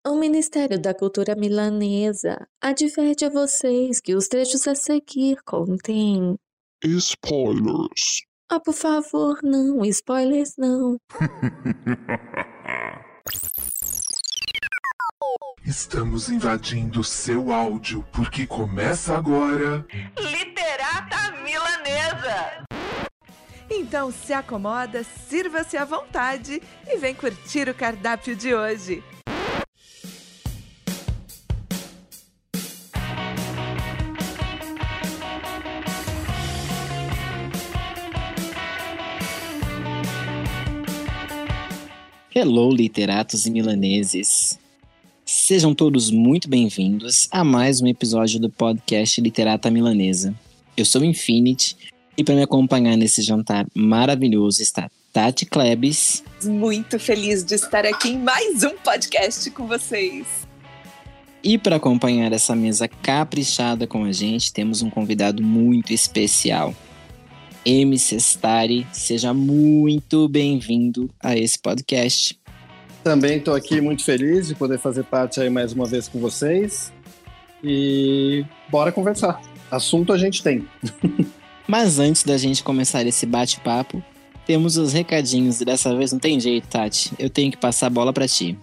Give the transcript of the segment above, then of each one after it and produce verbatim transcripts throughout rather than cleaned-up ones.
O Ministério da Cultura Milanesa adverte a vocês que os trechos a seguir contêm spoilers. Ah, por favor, não, spoilers não. Estamos invadindo seu áudio porque começa agora Literata Milanesa. Então se acomoda, sirva-se à vontade e vem curtir o cardápio de hoje. Hello, literatos e milaneses! Sejam todos muito bem-vindos a mais um episódio do podcast Literata Milanesa. Eu sou Infinity e para me acompanhar nesse jantar maravilhoso está Tati Klebs. Muito feliz de estar aqui em mais um podcast com vocês. E para acompanhar essa mesa caprichada com a gente, temos um convidado muito especial. M. Sestari, seja muito bem-vindo a esse podcast. Também estou aqui muito feliz de poder fazer parte aí mais uma vez com vocês. E bora conversar. Assunto a gente tem. Mas antes da gente começar esse bate-papo, temos os recadinhos e dessa vez não tem jeito, Tati. Eu tenho que passar a bola para ti.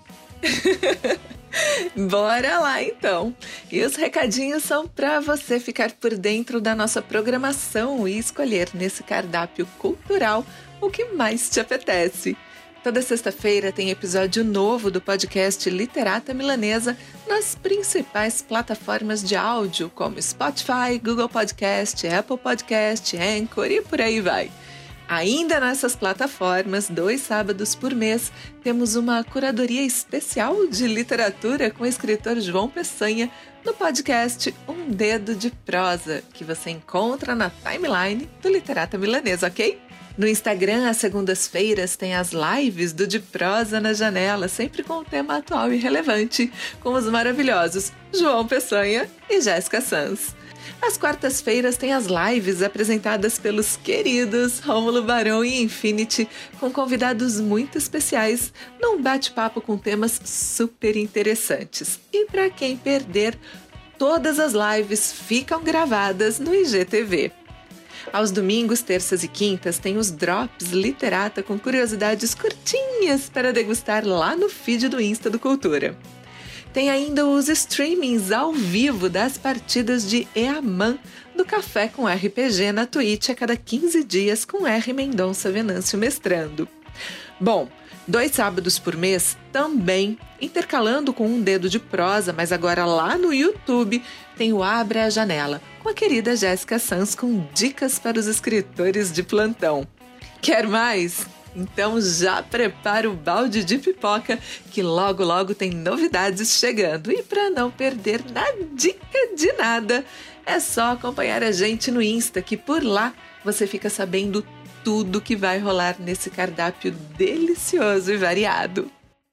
Bora lá então! E os recadinhos são para você ficar por dentro da nossa programação e escolher nesse cardápio cultural o que mais te apetece. Toda sexta-feira tem episódio novo do podcast Literata Milanesa nas principais plataformas de áudio como Spotify, Google Podcast, Apple Podcast, Anchor e por aí vai. Ainda nessas plataformas, dois sábados por mês, temos uma curadoria especial de literatura com o escritor João Peçanha no podcast Um Dedo de Prosa, que você encontra na timeline do Literata Milanesa, ok? No Instagram, às segundas-feiras, tem as lives do De Prosa na Janela, sempre com um tema atual e relevante, com os maravilhosos João Peçanha e Jéssica Sanz. Às quartas-feiras tem as lives apresentadas pelos queridos Rômulo Barão e Infinity, com convidados muito especiais, num bate-papo com temas super interessantes. E para quem perder, todas as lives ficam gravadas no I G T V. Aos domingos, terças e quintas tem os Drops Literata com curiosidades curtinhas para degustar lá no feed do Insta do Cultura. Tem ainda os streamings ao vivo das partidas de EAMAN do Café com R P G na Twitch a cada quinze dias com R. Mendonça Venâncio mestrando. Bom, dois sábados por mês também, intercalando com um dedo de prosa, mas agora lá no YouTube, tem o Abre a Janela, com a querida Jéssica Sanz com dicas para os escritores de plantão. Quer mais? Então já prepara o balde de pipoca, que logo logo tem novidades chegando. E para não perder nada de nada, é só acompanhar a gente no Insta, que por lá você fica sabendo tudo que vai rolar nesse cardápio delicioso e variado.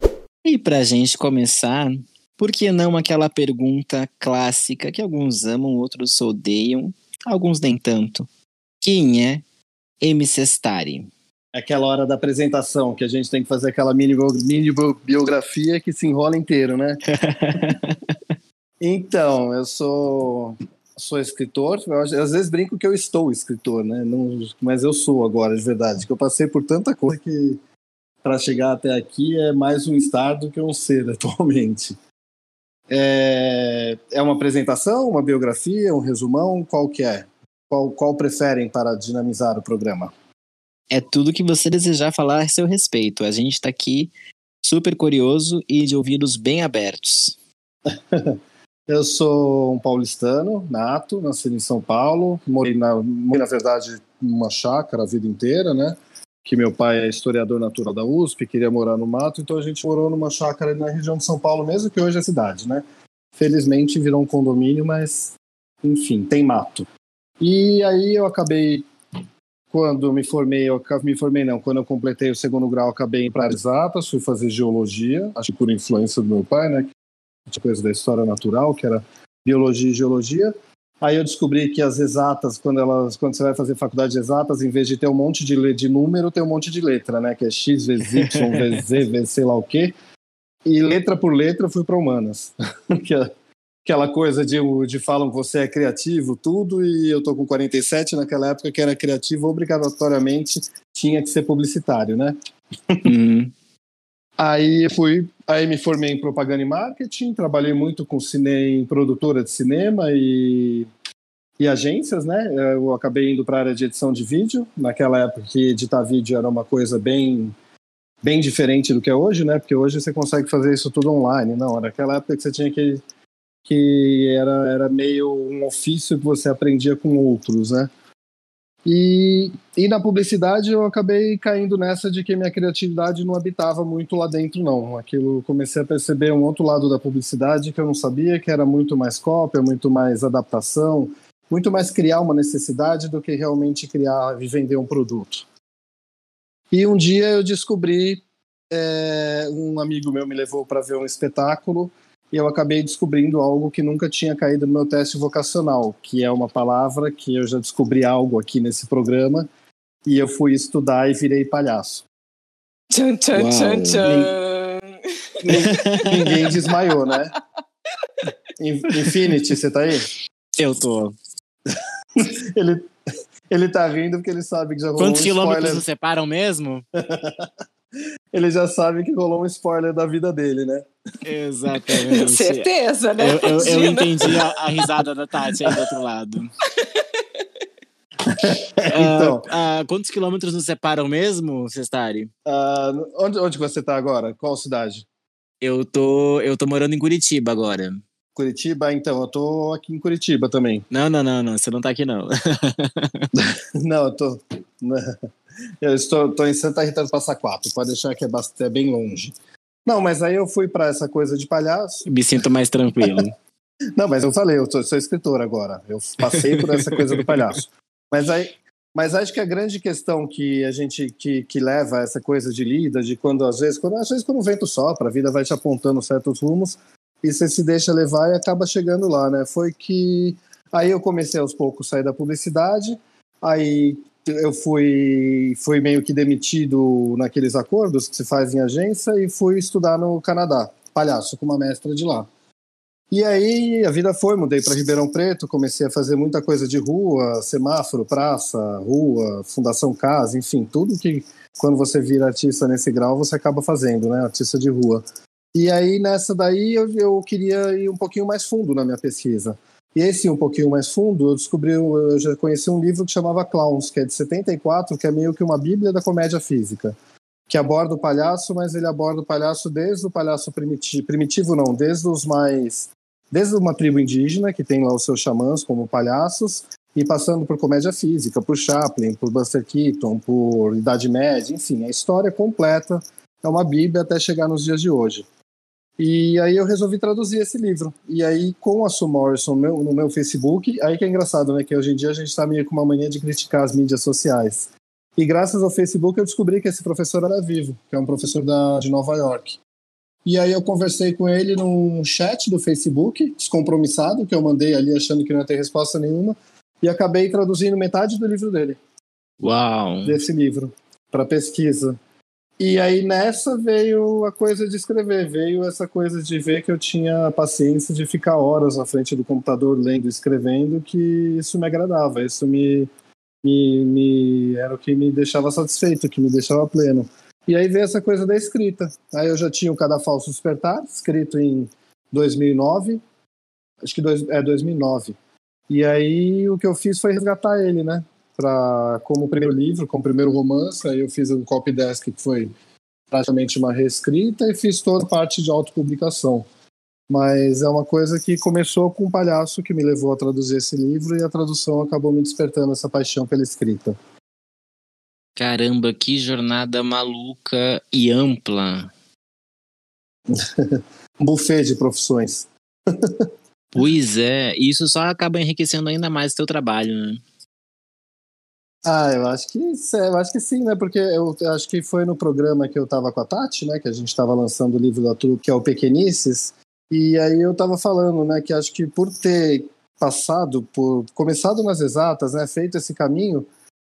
E pra gente começar, por que não aquela pergunta clássica que alguns amam, outros odeiam, alguns nem tanto? Quem é M. Sestari? Aquela hora da apresentação, que a gente tem que fazer aquela mini, mini biografia que se enrola inteiro, né? Então, eu sou, sou escritor, eu, às vezes brinco que eu estou escritor, né? Não, mas eu sou agora, de verdade, que eu passei por tanta coisa que para chegar até aqui é mais um estar do que um ser atualmente. É, é uma apresentação, uma biografia, um resumão, qual que é? Qual, qual preferem para dinamizar o programa? É tudo que você desejar falar a seu respeito. A gente está aqui super curioso e de ouvidos bem abertos. Eu sou um paulistano, nato, nascido em São Paulo. Morei, na, morei, na verdade, numa chácara a vida inteira, né? Que meu pai é historiador natural da U S P, queria morar no mato, então a gente morou numa chácara na região de São Paulo mesmo, que hoje é cidade, né? Felizmente virou um condomínio, mas, enfim, tem mato. E aí eu acabei... Quando me formei, eu me formei não, quando eu completei o segundo grau, acabei em para exatas, fui fazer geologia, acho que por influência do meu pai, né, que tinha coisa da história natural, que era biologia e geologia. Aí eu descobri que as exatas, quando, elas, quando você vai fazer faculdade de exatas, em vez de ter um monte de, de número, tem um monte de letra, né, que é X vezes Y, vezes Z, vezes sei lá o quê. E letra por letra fui para humanas. Aquela coisa de, de falam que você é criativo, tudo, e eu tô com quarenta e sete, naquela época que era criativo, obrigatoriamente tinha que ser publicitário, né? Uhum. Aí fui, aí me formei em propaganda e marketing, trabalhei muito com cine, em produtora de cinema e, e agências, né? Eu acabei indo para a área de edição de vídeo, naquela época que editar vídeo era uma coisa bem, bem diferente do que é hoje, né? Porque hoje você consegue fazer isso tudo online, não, naquela época que você tinha que que era, era meio um ofício que você aprendia com outros, né? E, e na publicidade eu acabei caindo nessa de que minha criatividade não habitava muito lá dentro, não. Aquilo, comecei a perceber um outro lado da publicidade que eu não sabia, que era muito mais cópia, muito mais adaptação, muito mais criar uma necessidade do que realmente criar e vender um produto. E um dia eu descobri, é, um amigo meu me levou para ver um espetáculo, e eu acabei descobrindo algo que nunca tinha caído no meu teste vocacional, que é uma palavra que eu já descobri algo aqui nesse programa, e eu fui estudar e virei palhaço. Tchan, tchan, tchan, tchan. Ninguém desmaiou, né? Infinity, você tá aí? Eu tô. ele, ele tá rindo porque ele sabe que já rolou Quantos um quilômetros spoiler. nos separam mesmo? Ele já sabe que rolou um spoiler da vida dele, né? Exatamente. Certeza, né? Eu, eu, eu Imagina. entendi a, a risada da Tati aí do outro lado. Então, Ah, ah, quantos quilômetros nos separam mesmo, Cestari? ah, onde, onde você tá agora? Qual cidade? Eu tô, eu tô morando em Curitiba agora. Curitiba? Então, eu tô aqui em Curitiba também. Não, não, não, não. Você não tá aqui, não. Não, eu tô... Eu estou tô em Santa Rita do Passa Quatro, pode deixar que é, bastante, é bem longe. Não, mas aí eu fui para essa coisa de palhaço. Me sinto mais tranquilo. Não, mas eu falei, eu sou, sou escritor agora. Eu passei por essa coisa do palhaço. Mas aí, mas acho que a grande questão que a gente que, que leva a essa coisa de lida, de quando às vezes, quando às vezes quando o vento sopra, a vida vai te apontando certos rumos e você se deixa levar e acaba chegando lá, né? Foi que aí eu comecei aos poucos a sair da publicidade, aí eu fui, fui meio que demitido naqueles acordos que se faz em agência e fui estudar no Canadá, palhaço, com uma mestra de lá. E aí a vida foi, mudei para Ribeirão Preto, comecei a fazer muita coisa de rua, semáforo, praça, rua, Fundação Casa, enfim, tudo que quando você vira artista nesse grau você acaba fazendo, né, artista de rua. E aí nessa daí eu, eu queria ir um pouquinho mais fundo na minha pesquisa. E esse um pouquinho mais fundo, eu descobri, eu já conheci um livro que chamava Clowns, que é de setenta e quatro, que é meio que uma bíblia da comédia física, que aborda o palhaço, mas ele aborda o palhaço desde o palhaço primitivo, primitivo não, desde os mais, desde uma tribo indígena, que tem lá os seus xamãs como palhaços, e passando por comédia física, por Chaplin, por Buster Keaton, por Idade Média, enfim, a história completa é uma bíblia até chegar nos dias de hoje. E aí eu resolvi traduzir esse livro. E aí, com a Sue Morrison no meu, no meu Facebook, aí que é engraçado, né? Que hoje em dia a gente tá meio com uma mania de criticar as mídias sociais. E graças ao Facebook eu descobri que esse professor era vivo, que é um professor da, de Nova York. E aí eu conversei com ele num chat do Facebook, descompromissado, que eu mandei ali achando que não ia ter resposta nenhuma, e acabei traduzindo metade do livro dele. Uau! Desse livro, para pesquisa. E aí nessa veio a coisa de escrever, veio essa coisa de ver que eu tinha a paciência de ficar horas na frente do computador lendo e escrevendo, que isso me agradava, isso me, me, me era o que me deixava satisfeito, que me deixava pleno. E aí veio essa coisa da escrita. Aí eu já tinha o Cadafalso Despertar, escrito em dois mil e nove, acho que dois, é dois mil e nove. E aí o que eu fiz foi resgatar ele, né? Pra, como primeiro livro, como primeiro romance, aí eu fiz um copy desk que foi praticamente uma reescrita e fiz toda a parte de autopublicação. Mas é uma coisa que começou com um palhaço que me levou a traduzir esse livro e a tradução acabou me despertando essa paixão pela escrita. Caramba, que jornada maluca e ampla. Um buffet de profissões. Pois é, isso só acaba enriquecendo ainda mais o teu trabalho, né? Ah, eu acho que eu acho que sim, né? Porque eu, eu acho que foi no programa que eu tava com a Tati, né? Que a gente tava lançando o livro da trupe, que é o Pequenices. E aí eu tava falando, né? Que acho que por ter passado, por começado nas exatas, né? Feito esse caminho,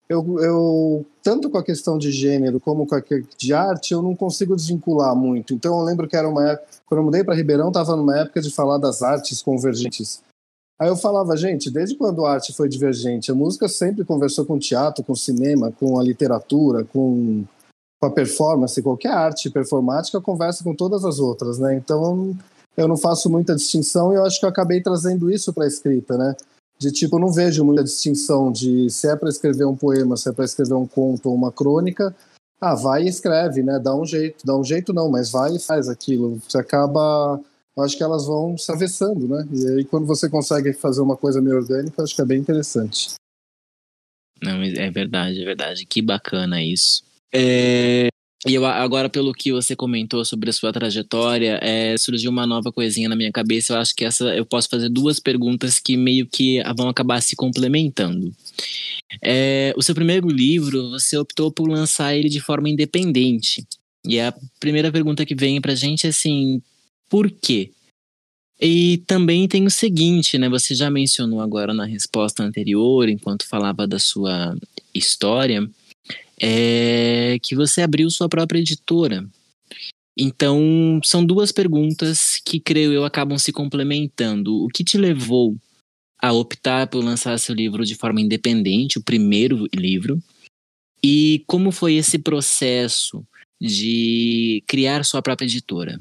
eu, eu, tanto com a questão de gênero como com a de arte, eu não consigo desvincular muito. Então eu lembro que era uma época, quando eu mudei para Ribeirão, estava numa época de falar das artes convergentes. Aí eu falava, gente, desde quando a arte foi divergente? A música sempre conversou com o teatro, com o cinema, com a literatura, com, com a performance. Qualquer arte performática conversa com todas as outras, né? Então eu não faço muita distinção e eu acho que eu acabei trazendo isso para a escrita, né? De tipo, eu não vejo muita distinção de se é para escrever um poema, se é para escrever um conto ou uma crônica, ah, vai e escreve, né? Dá um jeito, dá um jeito não, mas vai e faz aquilo. Você acaba, eu acho que elas vão se avessando, né? E aí quando você consegue fazer uma coisa meio orgânica, eu acho que é bem interessante. Não, é verdade, é verdade. Que bacana isso. É... E eu, agora, pelo que você comentou sobre a sua trajetória, é, surgiu uma nova coisinha na minha cabeça. Eu acho que essa eu posso fazer duas perguntas que meio que vão acabar se complementando. É, o seu primeiro livro, você optou por lançar ele de forma independente. E a primeira pergunta que vem pra gente é assim, por quê? E também tem o seguinte, né? Você já mencionou agora na resposta anterior, enquanto falava da sua história, é que você abriu sua própria editora. Então, são duas perguntas que, creio eu, acabam se complementando. O que te levou a optar por lançar seu livro de forma independente, o primeiro livro? E como foi esse processo de criar sua própria editora?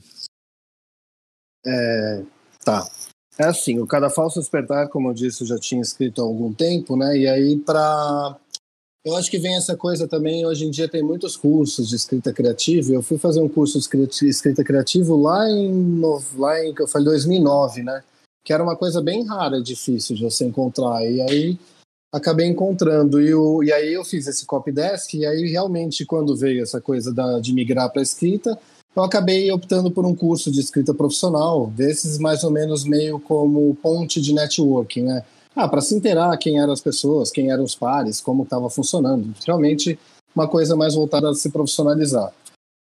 É, tá. É assim, o Cada Falso Despertar, como eu disse, eu já tinha escrito há algum tempo, né? E aí, para... Eu acho que vem essa coisa também, hoje em dia tem muitos cursos de escrita criativa. Eu fui fazer um curso de escrita criativa lá em, lá em que eu falei, dois mil e nove, né? Que era uma coisa bem rara, difícil de você encontrar. E aí acabei encontrando. E, eu, e aí eu fiz esse copydesk, e aí realmente quando veio essa coisa da, de migrar para a escrita, eu acabei optando por um curso de escrita profissional, desses mais ou menos meio como ponte de networking, né? Ah, para se inteirar quem eram as pessoas, quem eram os pares, como estava funcionando. Realmente uma coisa mais voltada a se profissionalizar.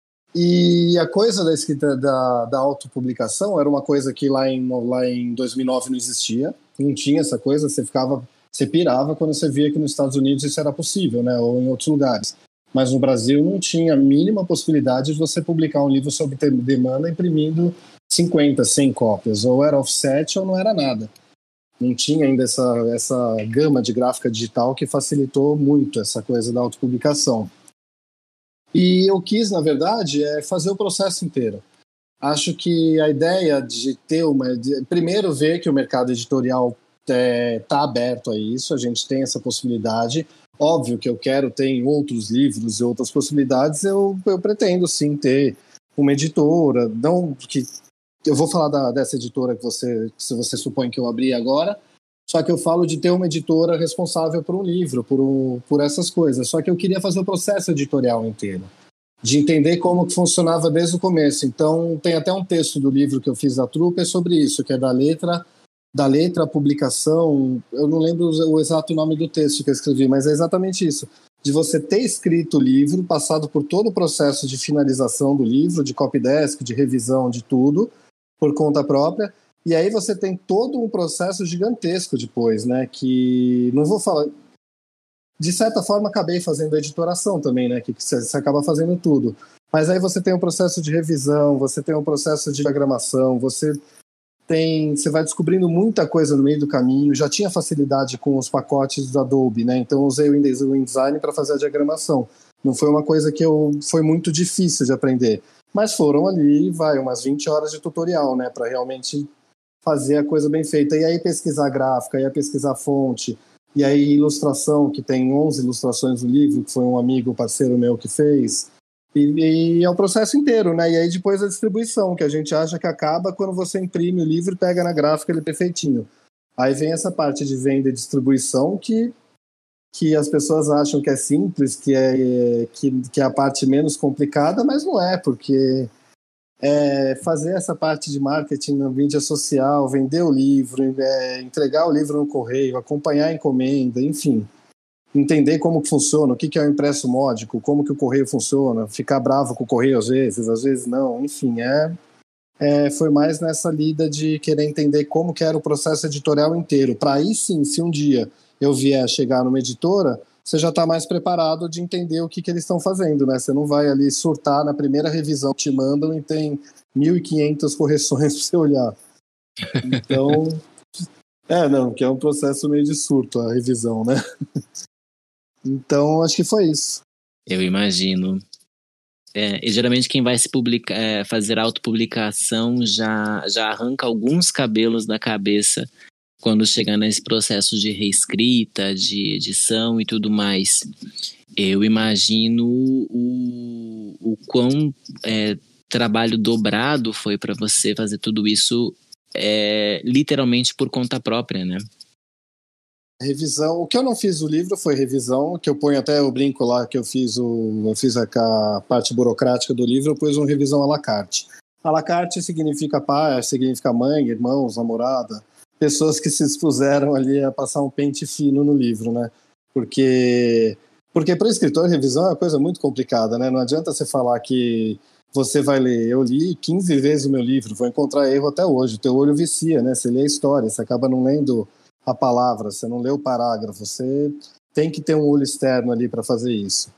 E a coisa da escrita da, da autopublicação era uma coisa que lá em, lá em dois mil e nove não existia, não tinha essa coisa, você ficava, você pirava quando você via que nos Estados Unidos isso era possível, né, ou em outros lugares. Mas no Brasil não tinha a mínima possibilidade de você publicar um livro sob demanda imprimindo cinquenta, cem cópias, ou era offset ou não era nada. Não tinha ainda essa, essa gama de gráfica digital que facilitou muito essa coisa da autopublicação. E eu quis, na verdade, é fazer o processo inteiro. Acho que a ideia de ter uma... De, primeiro, ver que o mercado editorial está é, aberto a isso, a gente tem essa possibilidade. Óbvio que eu quero ter em outros livros e outras possibilidades, eu, eu pretendo sim ter uma editora, não que... Eu vou falar da, dessa editora que você, se você supõe que eu abri agora, só que eu falo de ter uma editora responsável por um livro, por, um, por essas coisas. Só que eu queria fazer o processo editorial inteiro, de entender como que funcionava desde o começo. Então, tem até um texto do livro que eu fiz da Trupe sobre isso, que é da letra, da letra à publicação. Eu não lembro o exato nome do texto que eu escrevi, mas é exatamente isso. De você ter escrito o livro, passado por todo o processo de finalização do livro, de copydesk, de revisão, de tudo, por conta própria, e aí você tem todo um processo gigantesco depois, né, que, não vou falar, de certa forma acabei fazendo a editoração também, né, que você acaba fazendo tudo, mas aí você tem um processo de revisão, você tem um processo de diagramação, você tem, você vai descobrindo muita coisa no meio do caminho. Já tinha facilidade com os pacotes do Adobe, né, então usei o InDesign para fazer a diagramação, não foi uma coisa que eu, foi muito difícil de aprender. Mas foram ali, vai, umas vinte horas de tutorial, né, para realmente fazer a coisa bem feita. E aí pesquisar gráfica, e aí pesquisar fonte, e aí ilustração, que tem onze ilustrações no livro, que foi um amigo, parceiro meu que fez. E, e é o processo inteiro, né, e aí depois a distribuição, que a gente acha que acaba quando você imprime o livro e pega na gráfica ele perfeitinho. Aí vem essa parte de venda e distribuição que... que as pessoas acham que é simples, que é, que, que é a parte menos complicada, mas não é, porque é, fazer essa parte de marketing na mídia social, vender o livro, é, entregar o livro no correio, acompanhar a encomenda, enfim, entender como que funciona, o que, que é o impresso módico, como que o correio funciona, ficar bravo com o correio às vezes, às vezes não, enfim, é, é, foi mais nessa lida de querer entender como que era o processo editorial inteiro, para aí sim, se um dia eu vier chegar numa editora, você já está mais preparado de entender o que, que eles estão fazendo, né? Você não vai ali surtar na primeira revisão que te mandam e tem mil e quinhentas correções para você olhar. Então, é, não, que é um processo meio de surto a revisão, né? Então, acho que foi isso. Eu imagino. É, e geralmente quem vai se publicar, é, fazer autopublicação já, já arranca alguns cabelos da cabeça quando chegar nesse processo de reescrita, de edição e tudo mais. Eu imagino o, o quão é, trabalho dobrado foi para você fazer tudo isso é, literalmente por conta própria, né? Revisão, o que eu não fiz do livro foi revisão, que eu ponho até o brinco lá, que eu fiz, o, eu fiz a, a parte burocrática do livro, eu pus uma revisão à la carte. À la carte significa pai, significa mãe, irmãos, namorada, pessoas que se expuseram ali a passar um pente fino no livro, né? Porque, porque para o escritor, revisão é uma coisa muito complicada, né? Não adianta você falar que você vai ler, eu li quinze vezes o meu livro, vou encontrar erro até hoje, o teu olho vicia, né? Você lê a história, você acaba não lendo a palavra, você não lê o parágrafo, você tem que ter um olho externo ali para fazer isso.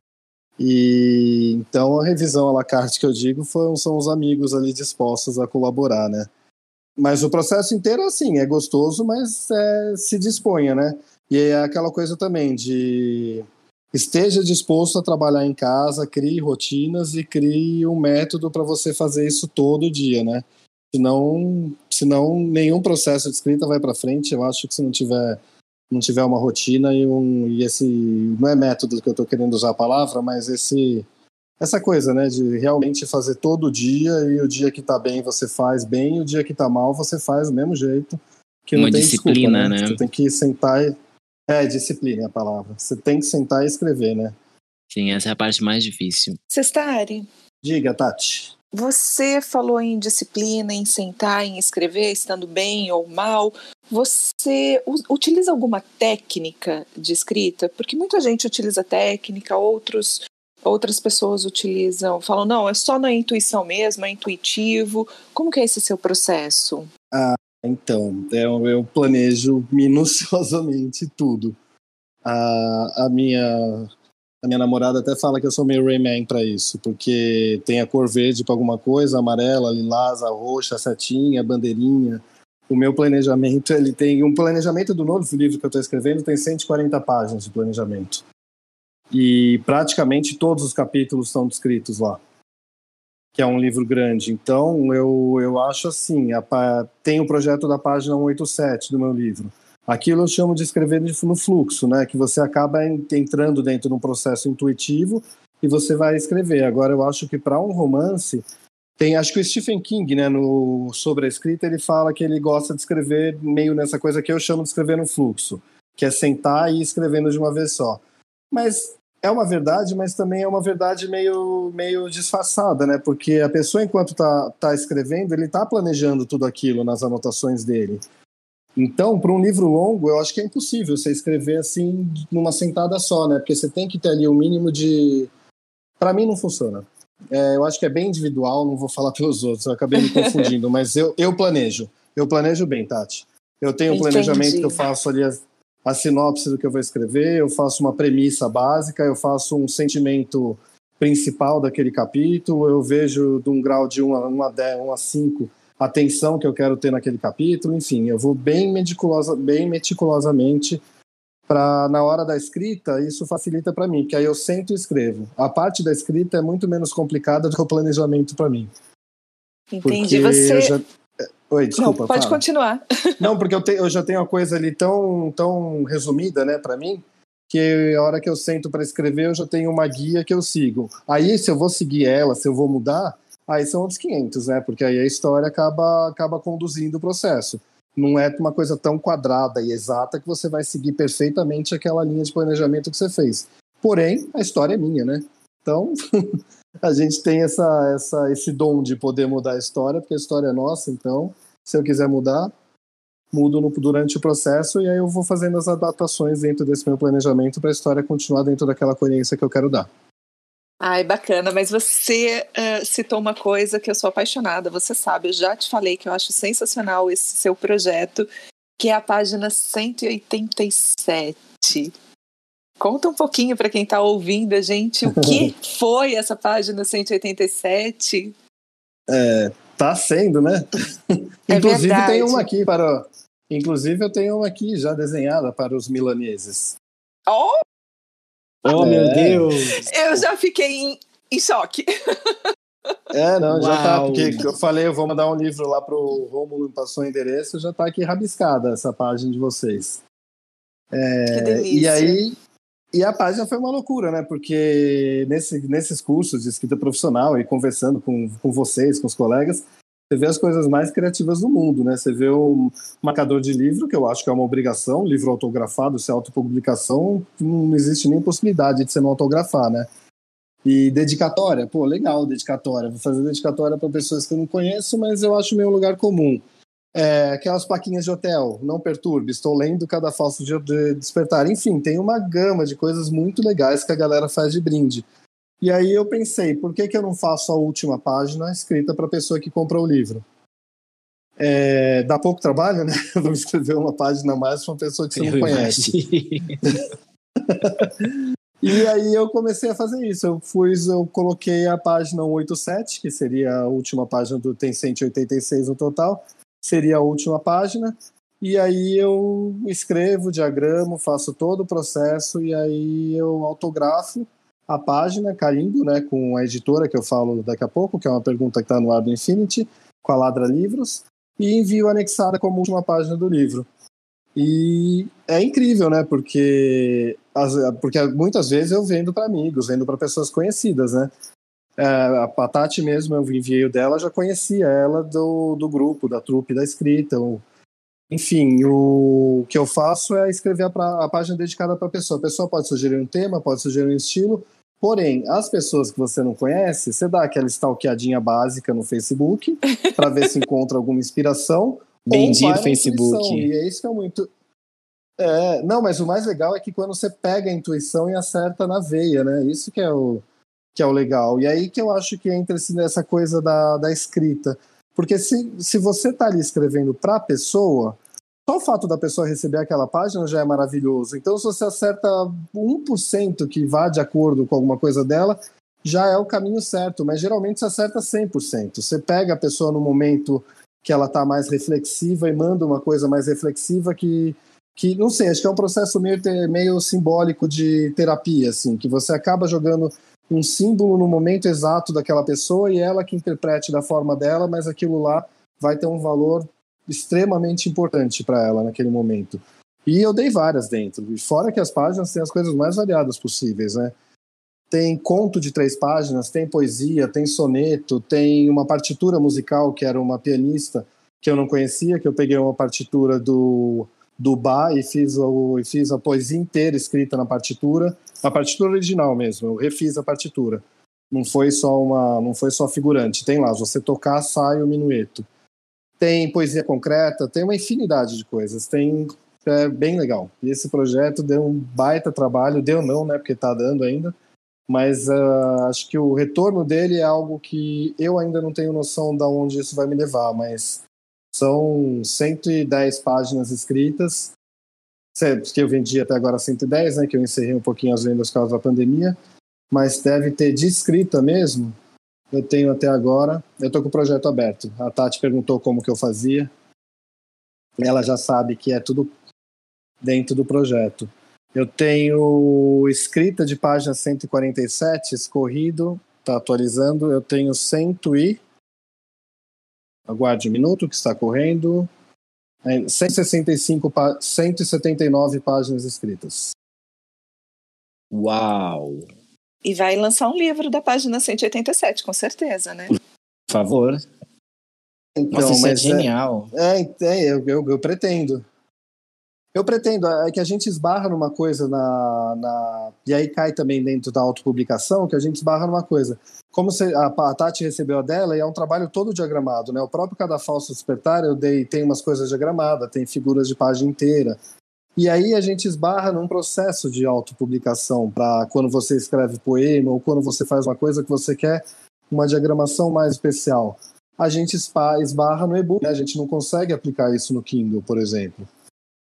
E então a revisão à la carte que eu digo foi, são os amigos ali dispostos a colaborar, né? Mas o processo inteiro, assim, é gostoso, mas é, se disponha, né? E é aquela coisa também de esteja disposto a trabalhar em casa, crie rotinas e crie um método para você fazer isso todo dia, né? Senão, senão nenhum processo de escrita vai para frente. Eu acho que se não tiver, não tiver uma rotina e, um, e esse, não é método que eu estou querendo usar a palavra, mas esse, essa coisa, né, de realmente fazer todo dia, e o dia que está bem você faz bem, e o dia que está mal você faz do mesmo jeito. Que uma não tem disciplina, desculpa, né? né? Você tem que sentar e... É, disciplina é a palavra. Você tem que sentar e escrever, né? Sim, essa é a parte mais difícil. Sestari, diga, Tati. Você falou em disciplina, em sentar, em escrever, estando bem ou mal. Você utiliza alguma técnica de escrita? Porque muita gente utiliza técnica, outros, outras pessoas utilizam, falam, não, é só na intuição mesmo, é intuitivo. Como que é esse seu processo? Ah, então, eu, eu planejo minuciosamente tudo. A, a minha... A minha namorada até fala que eu sou meio Rayman para isso, porque tem a cor verde para alguma coisa, amarela, lilás, a roxa, a setinha, a bandeirinha. O meu planejamento, ele tem um planejamento do novo livro que eu estou escrevendo, tem cento e quarenta páginas de planejamento. E praticamente todos os capítulos estão descritos lá, que é um livro grande. Então, eu, eu acho assim, a, tem o projeto da página cento e oitenta e sete do meu livro. Aquilo eu chamo de escrever no fluxo, né? Que você acaba entrando dentro de um processo intuitivo e você vai escrever. Agora, eu acho que para um romance, tem, acho que o Stephen King, né, no Sobre a Escrita, ele fala que ele gosta de escrever meio nessa coisa que eu chamo de escrever no fluxo, que é sentar e ir escrevendo de uma vez só. Mas é uma verdade, mas também é uma verdade meio, meio disfarçada, né? Porque a pessoa, enquanto tá, tá escrevendo, ele tá planejando tudo aquilo nas anotações dele. Então, para um livro longo, eu acho que é impossível você escrever assim numa sentada só, né? Porque você tem que ter ali o um mínimo de... Para mim não funciona. É, eu acho que é bem individual, não vou falar pelos outros, eu acabei me confundindo, mas eu, eu planejo. Eu planejo bem, Tati. Eu tenho um planejamento que eu faço ali a, a sinopse do que eu vou escrever, eu faço uma premissa básica, eu faço um sentimento principal daquele capítulo, eu vejo de um grau de um a cinco a tensão que eu quero ter naquele capítulo, enfim, eu vou bem, meticulosa, bem meticulosamente para, na hora da escrita, isso facilita para mim, que aí eu sento e escrevo. A parte da escrita é muito menos complicada do que o planejamento para mim. Entendi, você... Já... Oi, desculpa. Não, pode fala. Continuar. Não, porque eu, te, eu já tenho uma coisa ali tão, tão resumida, né, para mim, que a hora que eu sento para escrever, eu já tenho uma guia que eu sigo. Aí, se eu vou seguir ela, se eu vou mudar, aí são outros quinhentos, né? Porque aí a história acaba, acaba conduzindo o processo. Não é uma coisa tão quadrada e exata que você vai seguir perfeitamente aquela linha de planejamento que você fez. Porém, a história é minha, né? Então, a gente tem essa, essa, esse dom de poder mudar a história, porque a história é nossa. Então, se eu quiser mudar, mudo no, durante o processo, e aí eu vou fazendo as adaptações dentro desse meu planejamento para a história continuar dentro daquela coerência que eu quero dar. Ai, bacana, mas você uh, citou uma coisa que eu sou apaixonada, você sabe, eu já te falei que eu acho sensacional esse seu projeto, que é a página cento e oitenta e sete. Conta um pouquinho para quem está ouvindo a gente o que foi essa página cento e oitenta e sete. É, tá sendo, né? É Inclusive verdade. tem uma aqui para... Inclusive eu tenho uma aqui já desenhada para os milaneses. Oh! Oh, É. meu Deus! Eu já fiquei em, em choque. É, não, já tá, Uau. porque eu falei, eu vou mandar um livro lá pro Rômulo, me passou o endereço, já tá aqui rabiscada essa página de vocês. Que delícia. E aí, e a página foi uma loucura, né? Porque nesse, nesses cursos de escrita profissional e conversando com, com vocês, com os colegas, você vê as coisas mais criativas do mundo, né? Você vê o marcador de livro, que eu acho que é uma obrigação, livro autografado, se é autopublicação, não existe nem possibilidade de você não autografar, né? E dedicatória, pô, legal, dedicatória. Vou fazer dedicatória para pessoas que eu não conheço, mas eu acho meio lugar comum. É, aquelas plaquinhas de hotel, não perturbe, estou lendo cada falso de despertar. Enfim, tem uma gama de coisas muito legais que a galera faz de brinde. E aí eu pensei, por que, que eu não faço a última página escrita para a pessoa que comprou o livro? É, dá pouco trabalho, né? Vamos escrever uma página a mais para uma pessoa que você não Eu conhece. imagino. E aí eu comecei a fazer isso. Eu fui, eu coloquei a página cento e oitenta e sete, que seria a última página do... Tem cento e oitenta e seis no total. Seria a última página. E aí eu escrevo, diagramo, faço todo o processo e aí eu autografo a página, carimbo, né, com a editora que eu falo daqui a pouco, que é uma pergunta que está no ar do Infinity, com a Ladra Livros, e envio anexada como última página do livro. E é incrível, né, porque, as, porque muitas vezes eu vendo para amigos, vendo para pessoas conhecidas, né. É, a Tati mesmo, eu enviei o dela, já conhecia ela do, do grupo, da trupe da escrita, o, enfim, o que eu faço é escrever a, a página dedicada para a pessoa. A pessoa pode sugerir um tema, pode sugerir um estilo, porém, as pessoas que você não conhece, você dá aquela stalkeadinha básica no Facebook para ver se encontra alguma inspiração. Bendito Facebook. E é isso que é muito... É, não, mas o mais legal é que quando você pega a intuição e acerta na veia, né? Isso que é o, que é o legal. E aí que eu acho que entra essa coisa da, da escrita. Porque se, se você está ali escrevendo para a pessoa, só o fato da pessoa receber aquela página já é maravilhoso. Então, se você acerta um por cento que vá de acordo com alguma coisa dela, já é o caminho certo. Mas geralmente você acerta cem por cento. Você pega a pessoa no momento que ela está mais reflexiva e manda uma coisa mais reflexiva que, que, não sei, acho que é um processo meio, meio simbólico de terapia, assim, que você acaba jogando um símbolo no momento exato daquela pessoa e ela que interprete da forma dela, mas aquilo lá vai ter um valor extremamente importante para ela naquele momento. E eu dei várias dentro. E fora que as páginas têm as coisas mais variadas possíveis, né? Tem conto de três páginas, tem poesia, tem soneto, tem uma partitura musical, que era uma pianista que eu não conhecia, que eu peguei uma partitura do, do Bach e fiz, o, e fiz a poesia inteira escrita na partitura, a partitura original mesmo, eu refiz a partitura. Não foi só uma, não foi só figurante. Tem lá, se você tocar, sai o minueto. Tem poesia concreta, tem uma infinidade de coisas. Tem, é bem legal. E esse projeto deu um baita trabalho, deu não, né, porque tá dando ainda, mas uh, acho que o retorno dele é algo que eu ainda não tenho noção de onde isso vai me levar, mas são cento e dez páginas escritas, que eu vendi até agora cento e dez, né, que eu encerrei um pouquinho as vendas por causa da pandemia, mas deve ter de escrita mesmo, eu tenho até agora, eu tô com o projeto aberto. A Tati perguntou como que eu fazia, ela já sabe que é tudo dentro do projeto. Eu tenho escrita de página cento e quarenta e sete, escorrido, tá atualizando, eu tenho cento e... Aguarde um minuto que está correndo... cento e sessenta e cinco, cento e setenta e nove páginas escritas. Uau! E vai lançar um livro da página cento e oitenta e sete, com certeza, né? Por favor. Então, Nossa, isso é mas genial. É, é eu, eu, eu pretendo. Eu pretendo. É que a gente esbarra numa coisa na, na... E aí cai também dentro da autopublicação, que a gente esbarra numa coisa. Como você, a, a Tati recebeu a dela, e é um trabalho todo diagramado, né? O próprio Cada Falso Despertar, eu dei, tem umas coisas diagramadas, tem figuras de página inteira. E aí a gente esbarra num processo de autopublicação para quando você escreve poema ou quando você faz uma coisa que você quer uma diagramação mais especial. A gente esbarra no e-book, né? A gente não consegue aplicar isso no Kindle, por exemplo.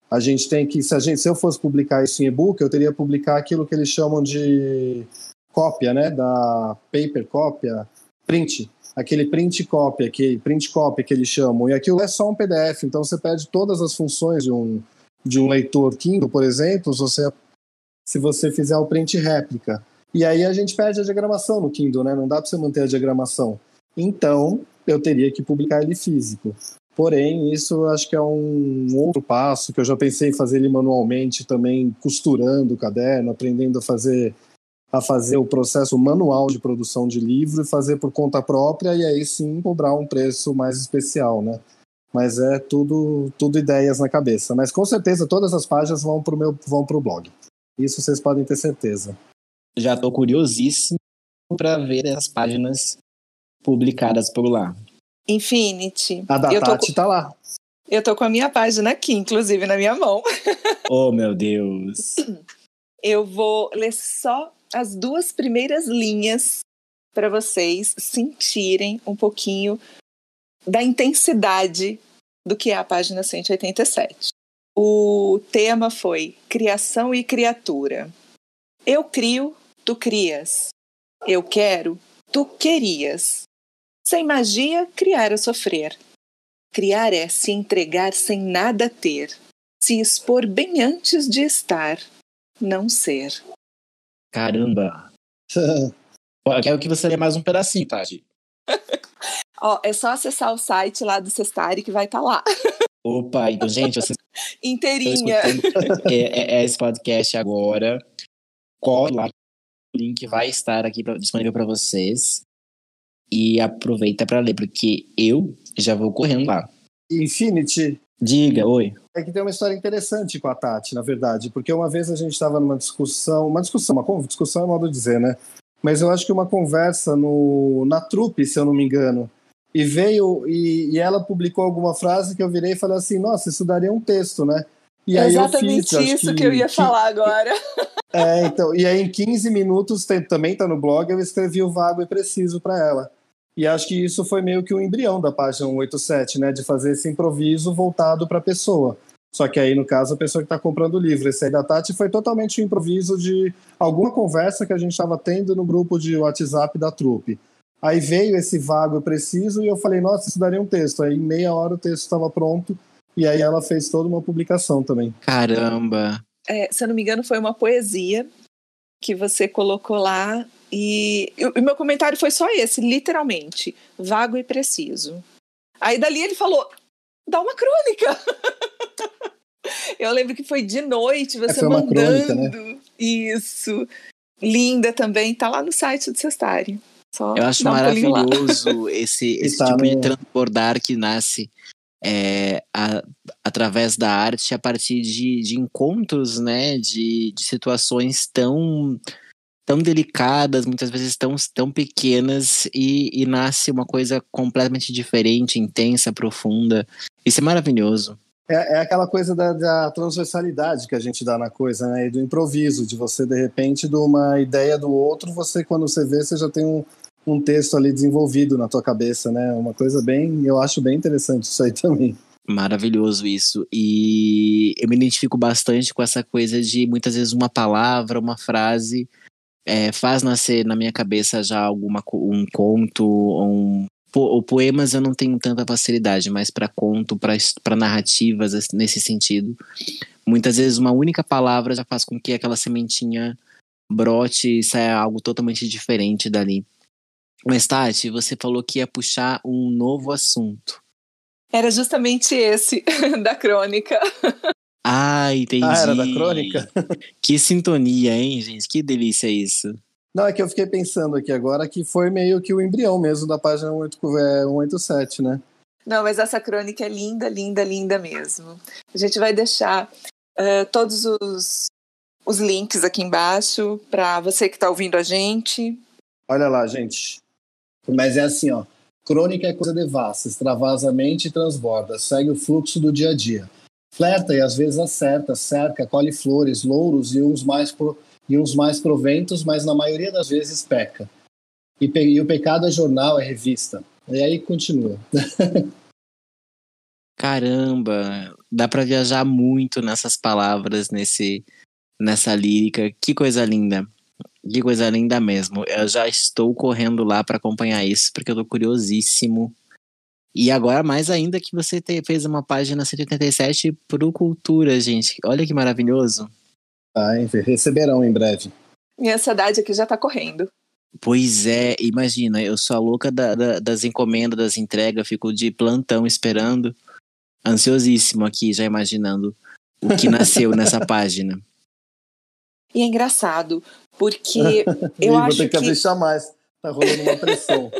A gente tem que, se, a gente, se eu fosse publicar isso em e-book, eu teria que publicar aquilo que eles chamam de cópia, né? Da paper cópia, print. Aquele print cópia, aquele print cópia que eles chamam. E aquilo é só um P D F, então você perde todas as funções de um, de um leitor Kindle, por exemplo, se você, se você fizer o print réplica. E aí a gente perde a diagramação no Kindle, né? Não dá para você manter a diagramação. Então, eu teria que publicar ele físico. Porém, isso eu acho que é um outro passo, que eu já pensei em fazer ele manualmente também, costurando o caderno, aprendendo a fazer, a fazer o processo manual de produção de livro e fazer por conta própria, e aí sim cobrar um preço mais especial, né? Mas é tudo, tudo ideias na cabeça. Mas com certeza todas as páginas vão pro meu, vão pro blog. Isso vocês podem ter certeza. Já tô curiosíssimo para ver as páginas publicadas por lá. Infinity. A da eu tô Tati com... tá lá. Eu tô com a minha página aqui, inclusive, na minha mão. Oh, meu Deus. Eu vou ler só as duas primeiras linhas para vocês sentirem um pouquinho da intensidade do que é a página cento e oitenta e sete. O tema foi Criação e Criatura. Eu crio, tu crias. Eu quero, tu querias. Sem magia, criar é sofrer. Criar é se entregar sem nada ter. Se expor bem antes de estar. Não ser. Caramba. Pô, eu quero que você lê mais um pedacinho, Tati. Ó, é só acessar o site lá do Sestari que vai estar tá lá. Opa, então, gente, vocês inteirinha. É, é, é esse podcast agora. Corre lá, o link vai estar aqui pra, disponível para vocês. E aproveita para ler, porque eu já vou correndo lá. Infinity. Diga, oi. É que tem uma história interessante com a Tati, na verdade, porque uma vez a gente estava numa discussão, uma discussão, uma discussão é modo de dizer, né? Mas eu acho que uma conversa no, na Trupe, se eu não me engano, e veio, e, e ela publicou alguma frase que eu virei e falei assim, nossa, isso daria um texto, né? E é aí exatamente eu fiz, isso que, que eu ia que, falar agora. É, então, e aí em quinze minutos, tem, também tá no blog, eu escrevi o vago e preciso para ela. E acho que isso foi meio que o embrião da página cento e oitenta e sete, né? De fazer esse improviso voltado para a pessoa. Só que aí, no caso, a pessoa que está comprando o livro. Esse aí da Tati foi totalmente um improviso de alguma conversa que a gente estava tendo no grupo de WhatsApp da Trupe. Aí veio esse vago e preciso e eu falei, nossa, isso daria um texto. Aí em meia hora o texto estava pronto e aí ela fez toda uma publicação também. Caramba! É, se eu não me engano, foi uma poesia que você colocou lá. E o meu comentário foi só esse, literalmente, vago e preciso. Aí dali ele falou, dá uma crônica. Eu lembro que foi de noite, você é, foi uma mandando. Crônica, né? Isso. Linda também, tá lá no site do Sestari. Só eu acho um maravilhoso esse, esse tá tipo no... de transbordar que nasce é, a, através da arte a partir de, de encontros, né? De, de situações tão... tão delicadas, muitas vezes tão, tão pequenas, e, e nasce uma coisa completamente diferente, intensa, profunda. Isso é maravilhoso. É, é aquela coisa da, da transversalidade que a gente dá na coisa, né? E do improviso, de você, de repente, de uma ideia do outro, você, quando você vê, você já tem um, um texto ali desenvolvido na tua cabeça, né? Uma coisa bem, eu acho bem interessante isso aí também. Maravilhoso isso. E eu me identifico bastante com essa coisa de, muitas vezes, uma palavra, uma frase... É, faz nascer na minha cabeça já alguma, um conto, um, po, poemas eu não tenho tanta facilidade, mas para conto, para narrativas nesse sentido, muitas vezes uma única palavra já faz com que aquela sementinha brote e saia algo totalmente diferente dali. Mas Tati, você falou que ia puxar um novo assunto. Era justamente esse, da crônica. Ah, entendi. Ah, era da crônica? Que sintonia, hein, gente? Que delícia isso. Não, é que eu fiquei pensando aqui agora que foi meio que o embrião mesmo da página cento e oitenta e sete, né? Não, mas essa crônica é linda, linda, linda mesmo. A gente vai deixar uh, todos os, os links aqui embaixo para você que está ouvindo a gente. Olha lá, gente. Mas é assim, ó. Crônica é coisa devassa, extravasa a mente e transborda, segue o fluxo do dia a dia. Flerta e às vezes acerta, cerca, colhe flores, louros e uns mais, pro, e uns mais proventos, mas na maioria das vezes peca. E, pe, e o pecado é jornal, é revista. E aí continua. Caramba, dá pra viajar muito nessas palavras, nesse, nessa lírica. Que coisa linda. Que coisa linda mesmo. Eu já estou correndo lá pra acompanhar isso, porque eu tô curiosíssimo. E agora, mais ainda que você te, fez uma página cento e oitenta e sete pro Cultura, gente. Olha que maravilhoso. Ah, receberão em breve. Minha ansiedade aqui já tá correndo. Pois é, imagina, eu sou a louca da, da, das encomendas, das entregas, fico de plantão esperando, ansiosíssimo aqui, já imaginando o que nasceu nessa página. E é engraçado, porque eu Ih, acho vou ter que, que... deixar mais, tá rolando uma pressão.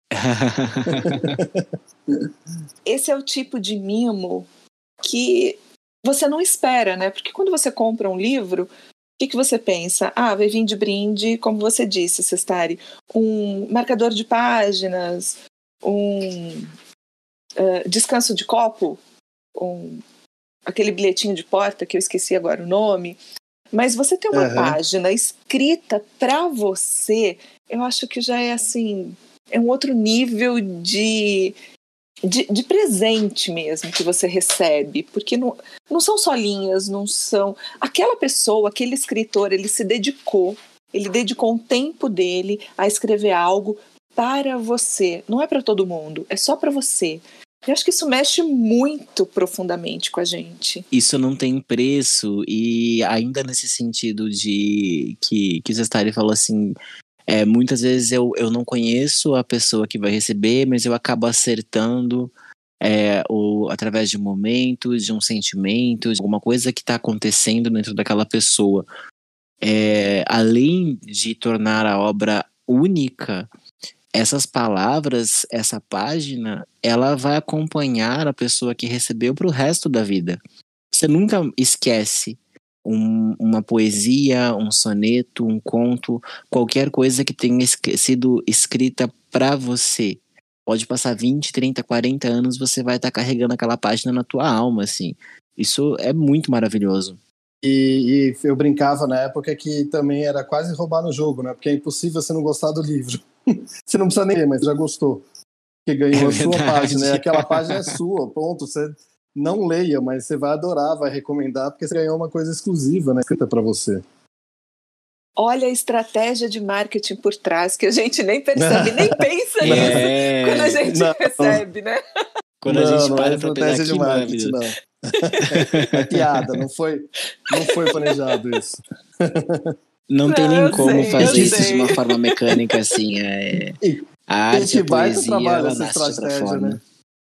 Esse é o tipo de mimo que você não espera, né? Porque quando você compra um livro, o que, que você pensa? Ah, vai vir de brinde, como você disse, Sestari, um marcador de páginas, um uh, descanso de copo, um, aquele bilhetinho de porta, que eu esqueci agora o nome. Mas você ter uma uhum. página escrita para você, eu acho que já é assim... É um outro nível de, de, de presente mesmo que você recebe. Porque não, não são só linhas, não são... Aquela pessoa, aquele escritor, ele se dedicou, ele dedicou um tempo dele a escrever algo para você. Não é para todo mundo, é só para você. Eu acho que isso mexe muito profundamente com a gente. Isso não tem preço. E ainda nesse sentido de que, que o Sestari falou assim... É, muitas vezes eu, eu não conheço a pessoa que vai receber, mas eu acabo acertando é, o, através de um momento, de um sentimento, de alguma coisa que está acontecendo dentro daquela pessoa. É, além de tornar a obra única, essas palavras, essa página, ela vai acompanhar a pessoa que recebeu para o resto da vida. Você nunca esquece Um, uma poesia, um soneto, um conto, qualquer coisa que tenha esc- sido escrita para você. Pode passar vinte, trinta, quarenta anos, você vai estar tá carregando aquela página na tua alma, assim. Isso é muito maravilhoso. E, e eu brincava na época que também era quase roubar no jogo, né? Porque é impossível você não gostar do livro. Você não precisa nem ler, mas já gostou. Porque ganhou é a sua página, e aquela página é sua, ponto. Você... Não leia, mas você vai adorar, vai recomendar, porque você ganhou uma coisa exclusiva, né, escrita para você. Olha a estratégia de marketing por trás, que a gente nem percebe, nem pensa nisso é... quando a gente não. recebe, né? Quando não, a gente não para é pra pegar de marketing, não. É piada, não foi, não foi planejado isso. Não tem não, nem como sei, fazer isso de uma forma mecânica, assim. É... A arte, a poesia, ela nasce de outra forma. Né?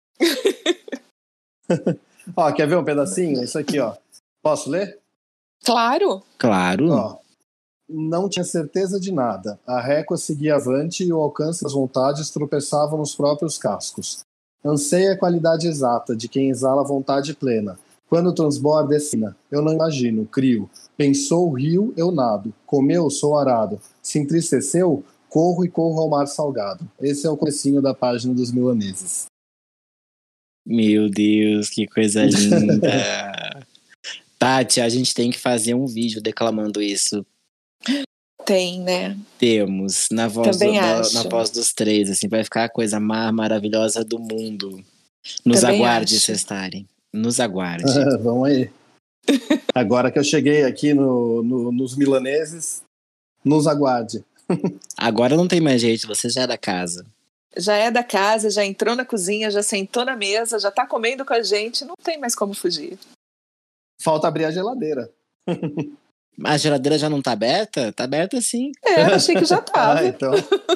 Ó, quer ver um pedacinho? Isso aqui, ó. Posso ler? Claro. Claro. Ó, não tinha certeza de nada. A régua seguia avante e o alcance das vontades tropeçava nos próprios cascos. Anseia a qualidade exata de quem exala vontade plena. Quando transborda é sina. Eu não imagino, crio. Pensou, rio, eu nado. Comeu, sou arado. Se entristeceu, corro e corro ao mar salgado. Esse é o comecinho da página dos milaneses. Meu Deus, que coisa linda. Tati, a gente tem que fazer um vídeo declamando isso. Tem, né? Temos, na voz, do, acho. na voz dos três, assim, vai ficar a coisa mais maravilhosa do mundo. Nos Também aguarde, acho. Sestari. Nos aguarde. Vamos aí. Agora que eu cheguei aqui no, no, nos milaneses, nos aguarde. Agora não tem mais jeito, você já é da casa. Já é da casa, já entrou na cozinha, já sentou na mesa, já tá comendo com a gente, não tem mais como fugir. Falta abrir a geladeira. A geladeira já não tá aberta? Tá aberta sim. É, eu achei que já tava. Ah, então.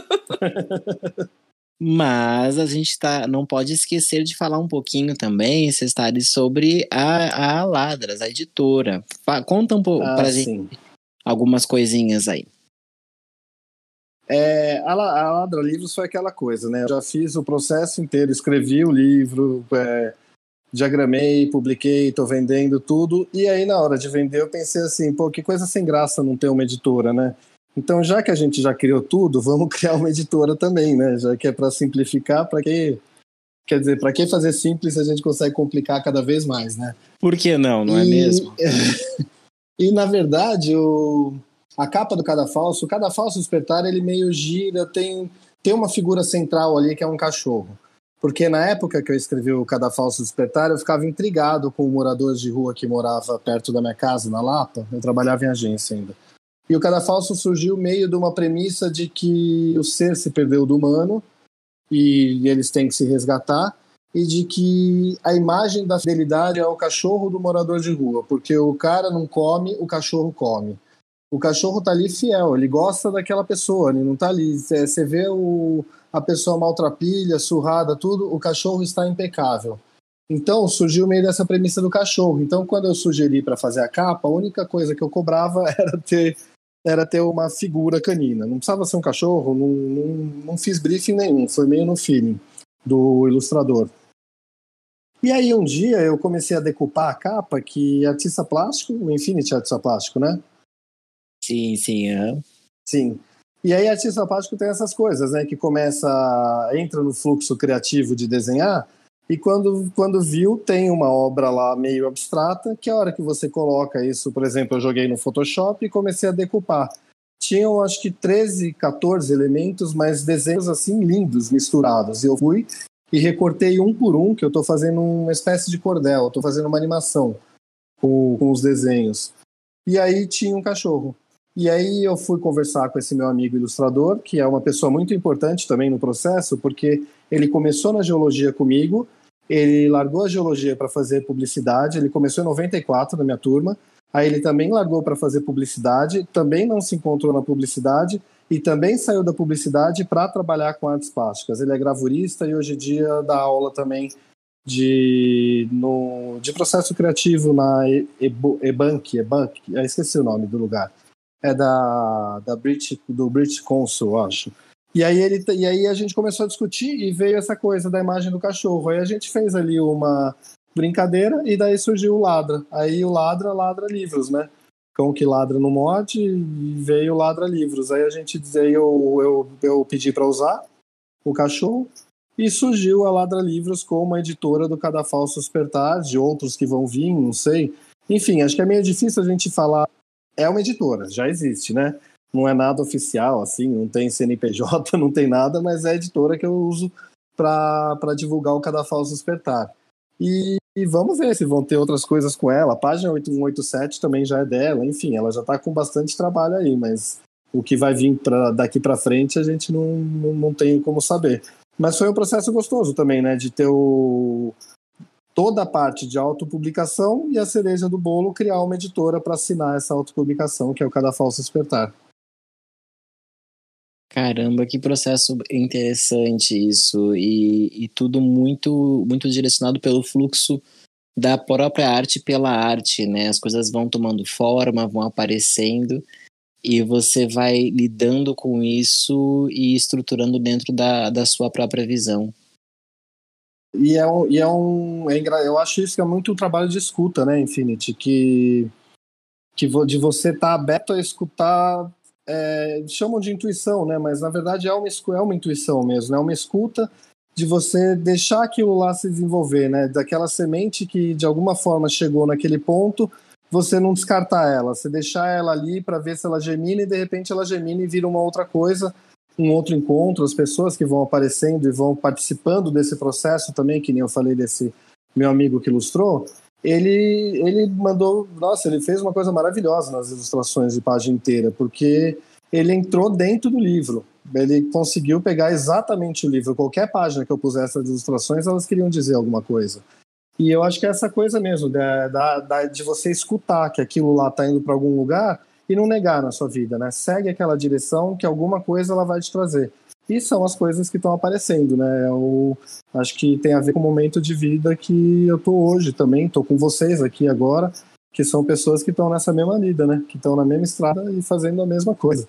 Mas a gente tá, não pode esquecer de falar um pouquinho também, Sestari, sobre a, a Ladras, a editora. Conta um pouco ah, pra sim. gente algumas coisinhas aí. É, a, a Ladra Livros foi aquela coisa, né? Eu já fiz o processo inteiro, escrevi o livro, é, diagramei, publiquei, tô vendendo tudo. E aí, na hora de vender, eu pensei assim, pô, que coisa sem graça não ter uma editora, né? Então, já que a gente já criou tudo, vamos criar uma editora também, né? Já que é para simplificar, para que... Quer dizer, para que fazer simples se a gente consegue complicar cada vez mais, né? Por que não, não e, é mesmo? E, na verdade, o... a capa do Cadafalso, o Cadafalso Despertar, ele meio gira, tem, tem uma figura central ali que é um cachorro. Porque na época que eu escrevi o Cadafalso Despertar, eu ficava intrigado com o morador de rua que morava perto da minha casa, na Lapa. Eu trabalhava em agência ainda. E o Cadafalso surgiu meio de uma premissa de que o ser se perdeu do humano e eles têm que se resgatar, e de que a imagem da fidelidade é o cachorro do morador de rua, porque o cara não come, o cachorro come. O cachorro tá ali fiel, ele gosta daquela pessoa, ele não tá ali. Você vê o, a pessoa maltrapilha, surrada, tudo, o cachorro está impecável. Então surgiu meio dessa premissa do cachorro. Então quando eu sugeri para fazer a capa, a única coisa que eu cobrava era ter, era ter uma figura canina. Não precisava ser um cachorro, não, não, não fiz briefing nenhum, foi meio no feeling do ilustrador. E aí um dia eu comecei a decupar a capa, que artista plástico, o Infinity é artista plástico, né? Sim, sim, é. Sim. E aí artista plástico tem essas coisas, né? Que começa, entra no fluxo criativo de desenhar, e quando, quando viu, tem uma obra lá meio abstrata, que a hora que você coloca isso, por exemplo, eu joguei no Photoshop e comecei a decupar. Tinham acho que treze, quatorze elementos, mas desenhos assim lindos, misturados. E eu fui e recortei um por um, que eu estou fazendo uma espécie de cordel, estou fazendo uma animação com, com os desenhos. E aí tinha um cachorro. E aí eu fui conversar com esse meu amigo ilustrador, que é uma pessoa muito importante também no processo, porque ele começou na geologia comigo, ele largou a geologia para fazer publicidade, ele começou em noventa e quatro na minha turma, aí ele também largou para fazer publicidade, também não se encontrou na publicidade e também saiu da publicidade para trabalhar com artes plásticas. Ele é gravurista e hoje em dia dá aula também de, no, de processo criativo na Ebank, Ebank, eu esqueci o nome do lugar. É da, da British, do British Council, acho. E aí, ele, e aí a gente começou a discutir e veio essa coisa da imagem do cachorro. Aí a gente fez ali uma brincadeira e daí surgiu o Ladra. Aí o Ladra, Ladra Livros, né? Cão que ladra no mod e veio o Ladra Livros. Aí a gente, aí eu, eu, eu pedi para usar o cachorro e surgiu a Ladra Livros como uma editora do Cadafalso Despertar, de outros que vão vir, não sei. Enfim, acho que é meio difícil a gente falar. É uma editora, já existe, né? Não é nada oficial, assim, não tem C N P J, não tem nada, mas é a editora que eu uso para divulgar o Cadafalso Despertar. E, e vamos ver se vão ter outras coisas com ela. A página oito um oito sete também já é dela, enfim, ela já está com bastante trabalho aí, mas o que vai vir pra, daqui para frente a gente não, não, não tem como saber. Mas foi um processo gostoso também, né? De ter o... toda a parte de autopublicação e a cereja do bolo criar uma editora para assinar essa autopublicação, que é o Cadafalso Despertar. Caramba, que processo interessante isso, e, e tudo muito, muito direcionado pelo fluxo da própria arte pela arte, né? As coisas vão tomando forma, vão aparecendo, e você vai lidando com isso e estruturando dentro da, da sua própria visão. E é um, e é um é engra... eu acho isso que é muito um trabalho de escuta, né, Infinity, que, que de você estar tá aberto a escutar, é, chamam de intuição, né, mas na verdade é uma, é uma intuição mesmo, né, uma escuta de você deixar aquilo lá se desenvolver, né, daquela semente que de alguma forma chegou naquele ponto, você não descartar ela, você deixar ela ali para ver se ela germina e de repente ela germina e vira uma outra coisa, um outro encontro, as pessoas que vão aparecendo e vão participando desse processo também, que nem eu falei desse meu amigo que ilustrou, ele, ele mandou, nossa, ele fez uma coisa maravilhosa nas ilustrações de página inteira, porque ele entrou dentro do livro, ele conseguiu pegar exatamente o livro, qualquer página que eu pusesse as ilustrações, elas queriam dizer alguma coisa. E eu acho que é essa coisa mesmo, da, da, da, de você escutar que aquilo lá está indo para algum lugar e não negar na sua vida, né? Segue aquela direção que alguma coisa ela vai te trazer. E são as coisas que estão aparecendo, né? Eu acho que tem a ver com o momento de vida que eu tô hoje também, tô com vocês aqui agora, que são pessoas que estão nessa mesma vida, né? Que estão na mesma estrada e fazendo a mesma coisa.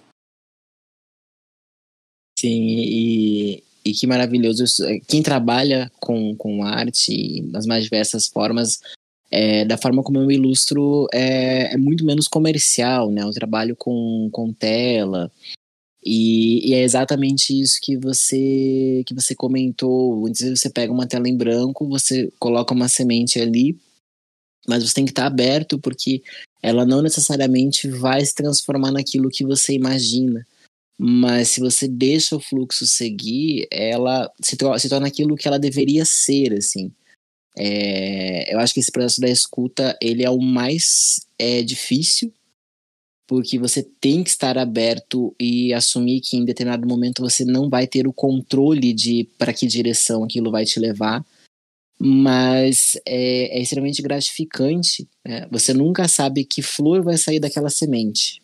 Sim, e, e que maravilhoso. Quem trabalha com, com arte nas mais diversas formas, é, da forma como eu ilustro, é, é muito menos comercial, né? Eu trabalho com, com tela, e, e é exatamente isso que você, que você comentou. Antes você pega uma tela em branco, você coloca uma semente ali, mas você tem que estar aberto, porque ela não necessariamente vai se transformar naquilo que você imagina. mas se você deixa o fluxo seguir, ela se, to- se torna aquilo que ela deveria ser, assim. É, eu acho que esse processo da escuta, ele é o mais é, difícil, porque você tem que estar aberto e assumir que em determinado momento você não vai ter o controle de para que direção aquilo vai te levar, mas é, é extremamente gratificante, né? Você nunca sabe que flor vai sair daquela semente.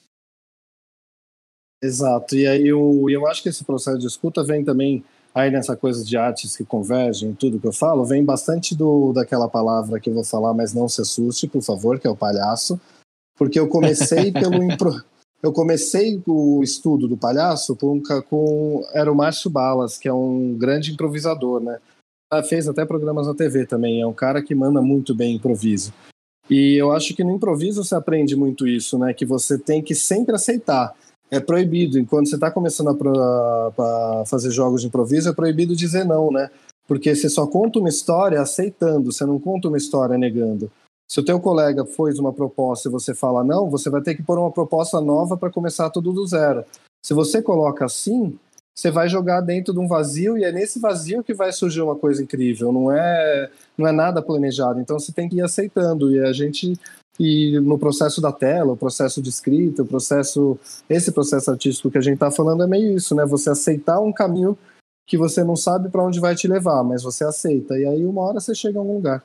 Exato, e aí eu, eu acho que esse processo de escuta vem também, aí nessa coisa de artes que convergem, tudo que eu falo, vem bastante do, daquela palavra que eu vou falar, mas não se assuste, por favor, que é o palhaço, porque eu comecei pelo impro... eu comecei o estudo do palhaço com, com era o Márcio Balas, que é um grande improvisador, né? Fez até programas na T V também, é um cara que manda muito bem improviso. E eu acho que no improviso você aprende muito isso, né? Que você tem que sempre aceitar. É proibido, enquanto você está começando a, pro, a fazer jogos de improviso, é proibido dizer não, né? Porque você só conta uma história aceitando, você não conta uma história negando. Se o teu colega fez uma proposta e você fala não, você vai ter que pôr uma proposta nova para começar tudo do zero. Se você coloca assim, você vai jogar dentro de um vazio e é nesse vazio que vai surgir uma coisa incrível. Não é, não é nada planejado. Então você tem que ir aceitando. E a gente, e no processo da tela, o processo de escrita, o processo, esse processo artístico que a gente está falando é meio isso, né? Você aceitar um caminho que você não sabe para onde vai te levar, mas você aceita. E aí uma hora você chega a algum lugar.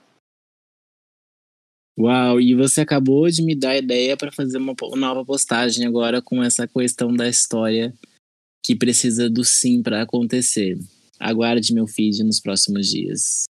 Uau, e você acabou de me dar a ideia para fazer uma nova postagem agora com essa questão da história que precisa do sim para acontecer. Aguarde meu feed nos próximos dias.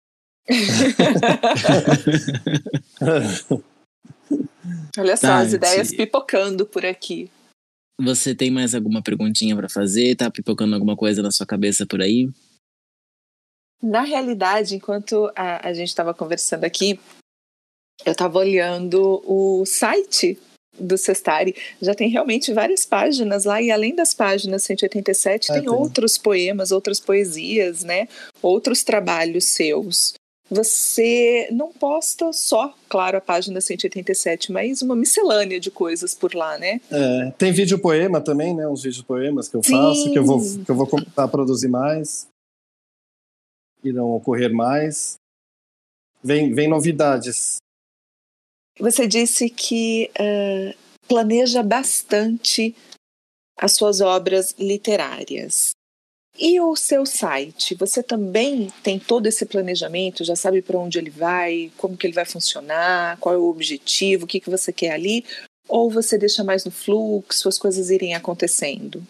Olha só, Tati, as ideias pipocando por aqui. Você tem mais alguma perguntinha para fazer? Tá pipocando alguma coisa na sua cabeça por aí? Na realidade, enquanto a, a gente estava conversando aqui, eu estava olhando o site do Sestari, já tem realmente várias páginas lá, e além das páginas cento e oitenta e sete, é, tem, tem outros poemas, outras poesias, né? Outros trabalhos seus. Você não posta só, claro, a página cento e oitenta e sete, mas uma miscelânea de coisas por lá, né? É, tem vídeo poema também, né? Uns vídeo poemas que eu Sim. faço, que eu, vou, que eu vou começar a produzir mais. Irão ocorrer mais. Vem, vem novidades. Você disse que uh, planeja bastante as suas obras literárias. E o seu site? Você também tem todo esse planejamento? Já sabe para onde ele vai? Como que ele vai funcionar? Qual é o objetivo? O que, que você quer ali? Ou você deixa mais no fluxo, as coisas irem acontecendo?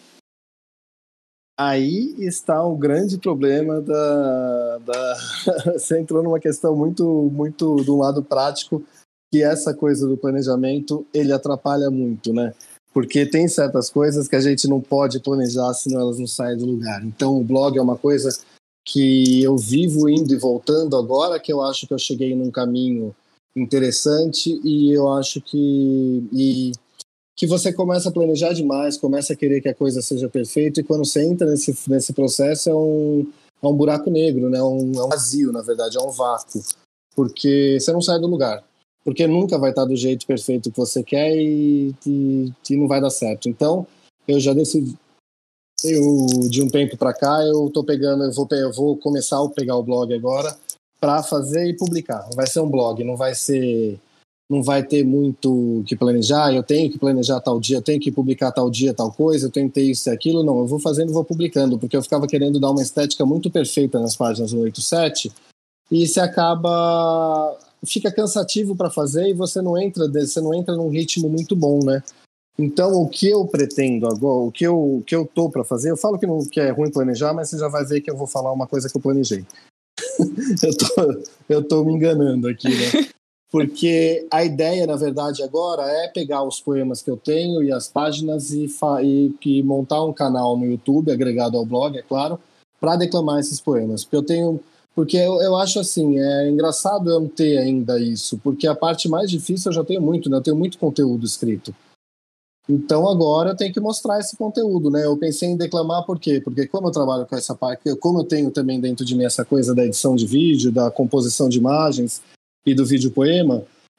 Aí está o grande problema da... da... Você entrou numa questão muito, muito do lado prático, que essa coisa do planejamento, ele atrapalha muito, né? Porque tem certas coisas que a gente não pode planejar, senão elas não saem do lugar. Então o blog é uma coisa que eu vivo indo e voltando agora, que eu acho que eu cheguei num caminho interessante, e eu acho que, e, que você começa a planejar demais, começa a querer que a coisa seja perfeita, e quando você entra nesse, nesse processo é um, é um buraco negro, né? um, é um vazio, na verdade, é um vácuo, porque você não sai do lugar. Porque nunca vai estar do jeito perfeito que você quer e, e, e não vai dar certo. Então, eu já decidi, eu, de um tempo para cá, eu tô pegando, eu vou, eu vou começar a pegar o blog agora para fazer e publicar. Vai ser um blog, não vai ser, não vai ter muito que planejar, eu tenho que planejar tal dia, eu tenho que publicar tal dia, tal coisa, eu tenho que ter isso e aquilo. Não, eu vou fazendo e vou publicando, porque eu ficava querendo dar uma estética muito perfeita nas páginas do oito sete, e se acaba... fica cansativo para fazer e você não entra você não entra num ritmo muito bom, né? Então o que eu pretendo agora, o que eu, o que eu tô para fazer, eu falo que, não, que é ruim planejar, mas você já vai ver que eu vou falar uma coisa que eu planejei. eu, tô, eu tô me enganando aqui, né? Porque a ideia, na verdade, agora é pegar os poemas que eu tenho e as páginas e, fa- e, e montar um canal no YouTube, agregado ao blog, é claro, para declamar esses poemas. Porque eu tenho... Porque eu, eu acho assim, é engraçado eu não ter ainda isso, porque a parte mais difícil eu já tenho muito, né? Eu tenho muito conteúdo escrito. Então agora eu tenho que mostrar esse conteúdo, né? Eu pensei em declamar por quê? Porque como eu trabalho com essa parte, como eu tenho também dentro de mim essa coisa da edição de vídeo, da composição de imagens e do vídeo poema,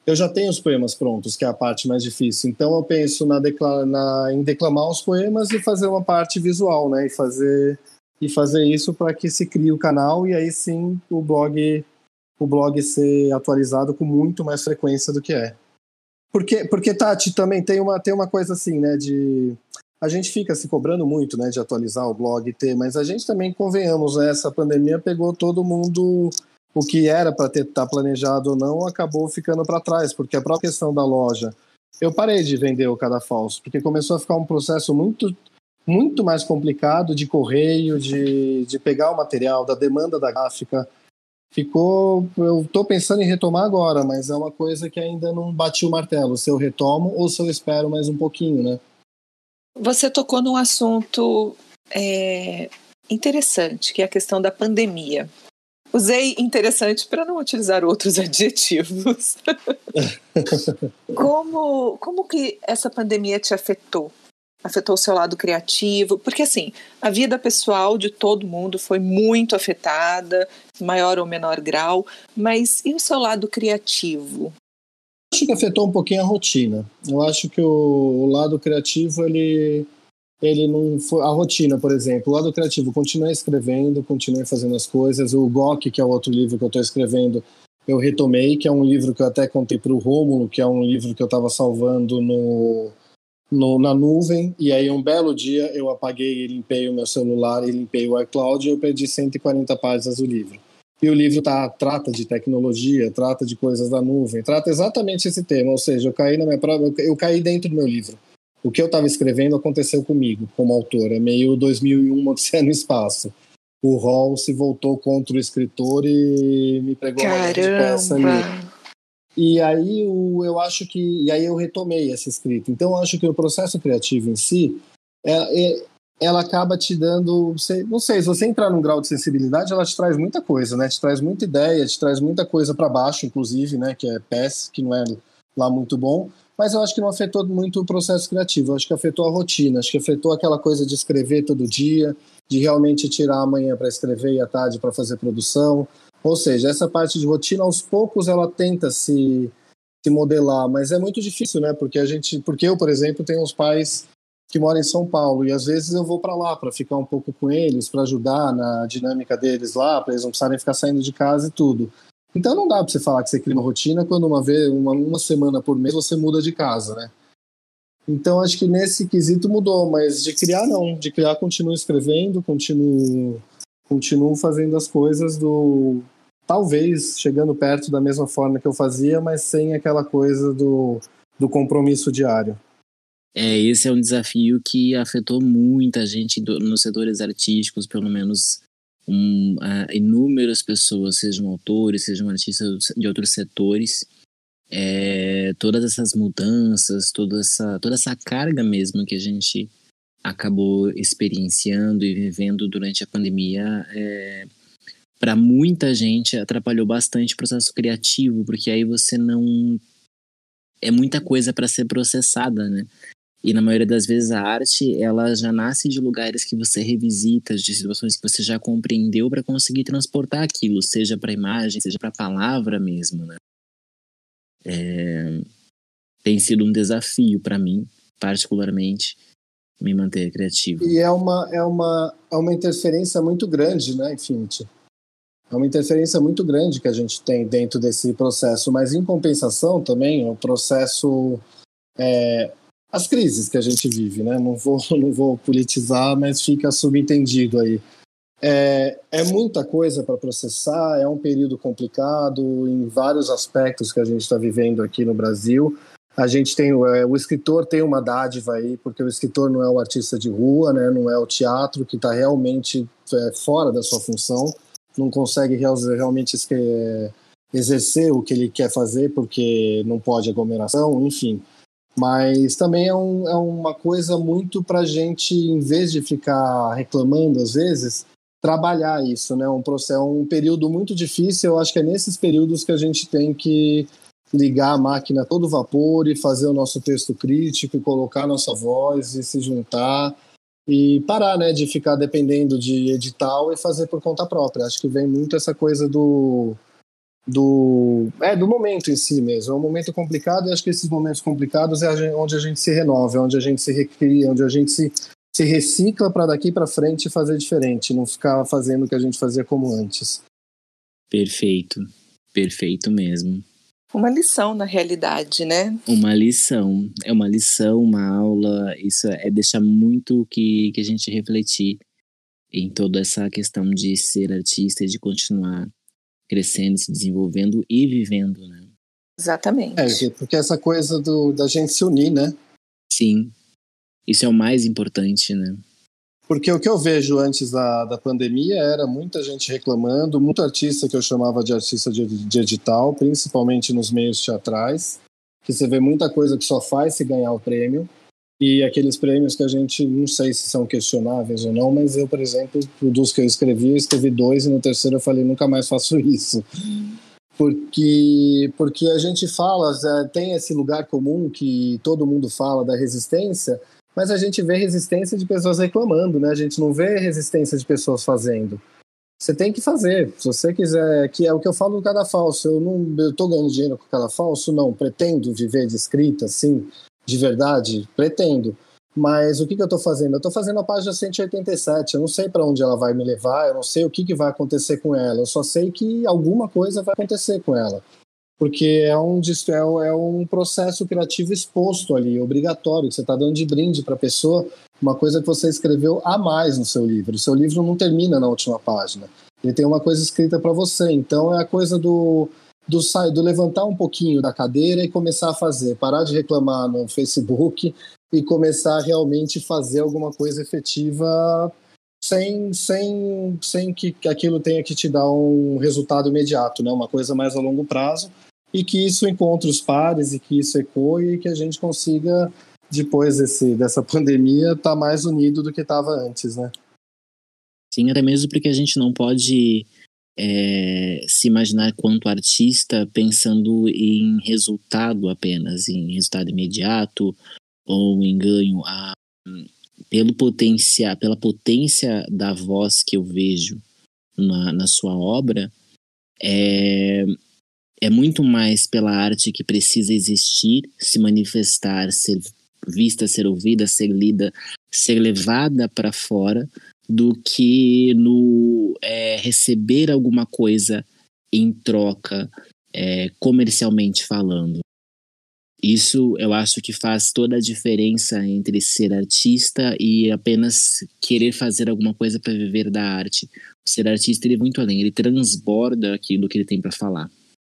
eu já tenho os poemas prontos, que é a parte mais difícil. Então eu penso na decla- na, em declamar os poemas e fazer uma parte visual, né? E fazer, e fazer isso para que se crie o canal e aí sim o blog, o blog ser atualizado com muito mais frequência do que é. Porque, porque Tati, também tem uma, tem uma coisa assim, né? De, a gente fica se cobrando muito, né? De atualizar o blog e ter, mas a gente também, convenhamos, né, essa pandemia pegou todo mundo... O que era para ter tá planejado ou não acabou ficando para trás, porque a própria questão da loja, eu parei de vender o Cadafalso, porque começou a ficar um processo muito, muito mais complicado de correio, de, de pegar o material, da demanda da gráfica. Ficou, eu estou pensando em retomar agora, mas é uma coisa que ainda não bati o martelo, se eu retomo ou se eu espero mais um pouquinho, né? Você tocou num assunto é, interessante, que é a questão da pandemia. Usei interessante para não utilizar outros adjetivos. como, como que essa pandemia te afetou? Afetou o seu lado criativo? Porque, assim, a vida pessoal de todo mundo foi muito afetada, em maior ou menor grau, mas e o seu lado criativo? Acho que afetou um pouquinho a rotina. Eu acho que o, o lado criativo, ele... ele não foi a rotina, por exemplo. O lado criativo, continuei escrevendo, continuei fazendo as coisas. O G O C, que é o outro livro que eu estou escrevendo, eu retomei, que é um livro que eu até contei para o Rômulo, que é um livro que eu estava salvando no, no, na nuvem, e aí um belo dia eu apaguei e limpei o meu celular e limpei o iCloud e eu perdi cento e quarenta páginas do livro. E o livro tá, trata de tecnologia, trata de coisas da nuvem, trata exatamente esse tema, ou seja, eu caí na minha prova, eu, eu caí dentro do meu livro. O que eu estava escrevendo aconteceu comigo, como autor. É meio dois mil e um, Odisseia no Espaço. O Hall se voltou contra o escritor e me pregou uma grande peça ali. E aí eu, eu acho que... E aí eu retomei essa escrita. Então eu acho que o processo criativo em si, é, é, ela acaba te dando... Você, não sei, se você entrar num grau de sensibilidade, ela te traz muita coisa, né? Te traz muita ideia, te traz muita coisa para baixo, inclusive, né? Que é P E S, que não é lá muito bom. Mas eu acho que não afetou muito o processo criativo, eu acho que afetou a rotina, acho que afetou aquela coisa de escrever todo dia, de realmente tirar a manhã para escrever e à tarde para fazer produção. Ou seja, essa parte de rotina, aos poucos, ela tenta se, se modelar, mas é muito difícil, né? Porque, a gente, porque eu, por exemplo, tenho uns pais que moram em São Paulo e às vezes eu vou para lá para ficar um pouco com eles, para ajudar na dinâmica deles lá, para eles não precisarem ficar saindo de casa e tudo. Então não dá para você falar que você cria uma rotina quando uma vez, uma, uma semana por mês você muda de casa, né? Então acho que nesse quesito mudou, mas de criar não. De criar continuo escrevendo, continuo, continuo fazendo as coisas do... Talvez chegando perto da mesma forma que eu fazia, mas sem aquela coisa do, do compromisso diário. É, esse é um desafio que afetou muita gente do, nos setores artísticos, pelo menos... Um, uh, inúmeras pessoas, sejam autores, sejam artistas de outros setores, é, todas essas mudanças, toda essa, toda essa carga mesmo que a gente acabou experienciando e vivendo durante a pandemia, é, para muita gente atrapalhou bastante o processo criativo, porque aí você não... é muita coisa para ser processada, né? E na maioria das vezes a arte, ela já nasce de lugares que você revisita, de situações que você já compreendeu para conseguir transportar aquilo, seja para a imagem, seja para a palavra mesmo, né? É... Tem sido um desafio para mim, particularmente, me manter criativo. E é uma, é uma, é uma interferência muito grande, né, Infinity? É uma interferência muito grande que a gente tem dentro desse processo, mas em compensação também, o processo... É, as crises que a gente vive, né? Não vou, não vou politizar, mas fica subentendido aí. É, é muita coisa para processar, é um período complicado em vários aspectos que a gente está vivendo aqui no Brasil. A gente tem, é, o escritor tem uma dádiva aí, porque o escritor não é o artista de rua, né? Não é o teatro que está realmente é, fora da sua função, não consegue realmente é, exercer o que ele quer fazer porque não pode aglomeração, enfim. Mas também é, um, é uma coisa muito para a gente, em vez de ficar reclamando às vezes, trabalhar isso, né? Um processo, é um período muito difícil. Eu acho que é nesses períodos que a gente tem que ligar a máquina a todo vapor e fazer o nosso texto crítico e colocar a nossa voz e se juntar e parar, né, de ficar dependendo de edital e fazer por conta própria. Acho que vem muito essa coisa do... do, é, do momento em si mesmo. É um momento complicado, e acho que esses momentos complicados é a gente, onde a gente se renova, é onde a gente se recria, onde a gente se, se recicla para daqui para frente fazer diferente, não ficar fazendo o que a gente fazia como antes. Perfeito, perfeito mesmo. Uma lição, na realidade, né? Uma lição, é uma lição, uma aula, isso é deixar muito que, que a gente refletir em toda essa questão de ser artista e de continuar crescendo, se desenvolvendo e vivendo, né? Exatamente. É, porque essa coisa do, da gente se unir, né? Sim, isso é o mais importante, né? Porque o que eu vejo antes da, da pandemia era muita gente reclamando, muito artista que eu chamava de artista de, de edital, principalmente nos meios teatrais, que você vê muita coisa que só faz se ganhar o prêmio, e aqueles prêmios que a gente não sei se são questionáveis ou não, mas eu, por exemplo, dos que eu escrevi, eu escrevi dois, e no terceiro eu falei, nunca mais faço isso. Porque, porque a gente fala, tem esse lugar comum que todo mundo fala da resistência, mas a gente vê resistência de pessoas reclamando, né? A gente não vê resistência de pessoas fazendo. Você tem que fazer, se você quiser, que é o que eu falo no Cadafalso. Eu não eu tô ganhando dinheiro com o Cadafalso, não. Pretendo viver de escrita, assim, de verdade? Pretendo. Mas o que, que eu tô fazendo? Eu tô fazendo a página cento e oitenta e sete. Eu não sei para onde ela vai me levar, eu não sei o que, que vai acontecer com ela. Eu só sei que alguma coisa vai acontecer com ela. Porque é um, é um processo criativo exposto ali, obrigatório, que você está dando de brinde para a pessoa, uma coisa que você escreveu a mais no seu livro. O seu livro não termina na última página, ele tem uma coisa escrita para você. Então é a coisa do, do, do levantar um pouquinho da cadeira e começar a fazer, parar de reclamar no Facebook e começar a realmente fazer alguma coisa efetiva sem, sem, sem que aquilo tenha que te dar um resultado imediato, né? Uma coisa mais a longo prazo, e que isso encontre os pares e que isso ecoe e que a gente consiga, depois desse, dessa pandemia, estar tá mais unido do que estava antes, né? Sim, até mesmo porque a gente não pode é, se imaginar quanto artista pensando em resultado apenas, em resultado imediato ou em ganho. A, pelo potencial, pela potência da voz que eu vejo na, na sua obra, é... É muito mais pela arte que precisa existir, se manifestar, ser vista, ser ouvida, ser lida, ser levada para fora, do que no é, receber alguma coisa em troca, é, comercialmente falando. Isso eu acho que faz toda a diferença entre ser artista e apenas querer fazer alguma coisa para viver da arte. O ser artista, ele é muito além, ele transborda aquilo que ele tem para falar.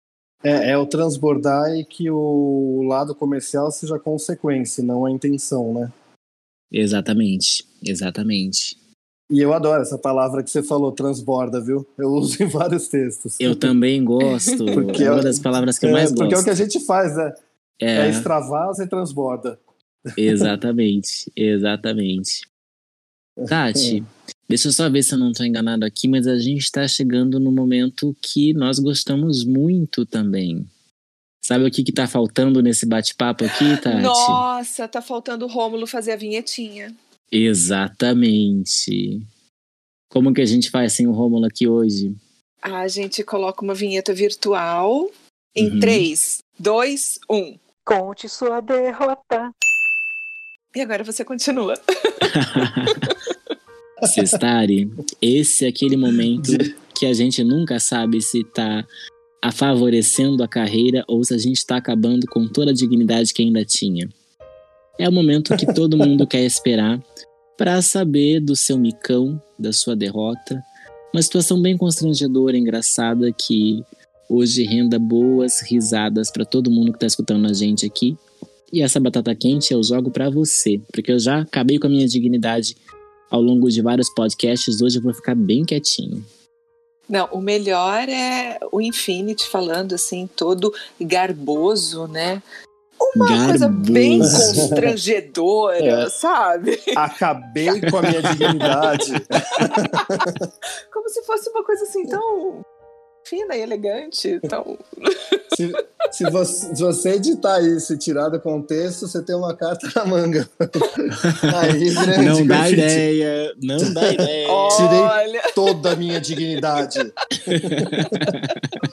É, é o transbordar e que o lado comercial seja consequência, não a intenção, né? Exatamente, exatamente. E eu adoro essa palavra que você falou, transborda, viu? Eu uso em vários textos. Eu também gosto, porque é uma das palavras que eu é, mais porque gosto. Porque é o que a gente faz, né? É, é extravasa e transborda. Exatamente, exatamente. Tati, deixa eu só ver se eu não estou enganado aqui, mas a gente está chegando no momento que nós gostamos muito também. Sabe o que que tá faltando nesse bate-papo aqui, Tati? Nossa, tá faltando o Rômulo fazer a vinhetinha. Exatamente. Como que a gente faz sem o Rômulo aqui hoje? A gente coloca uma vinheta virtual em Uhum. três, dois, um. Conte sua derrota. E agora você continua. Sestari, esse é aquele momento que a gente nunca sabe se tá a favorecendo a carreira ou se a gente tá acabando com toda a dignidade que ainda tinha. É o momento que todo mundo quer esperar para saber do seu micão, da sua derrota. Uma situação bem constrangedora, engraçada, que hoje renda boas risadas para todo mundo que tá escutando a gente aqui. E essa batata quente eu jogo para você, porque eu já acabei com a minha dignidade ao longo de vários podcasts. Hoje eu vou ficar bem quietinho. Não, o melhor é o Infinity falando assim, todo garboso, né? Uma Garboso. coisa bem constrangedora, É. sabe? Acabei com a minha dignidade. Como se fosse uma coisa assim tão fina e elegante. Tão... Se, se, você, se você editar isso e tirar do contexto, você tem uma carta na manga. Aí, grande Não dá grafite. ideia, não dá ideia. Tirei Olha, toda a minha dignidade.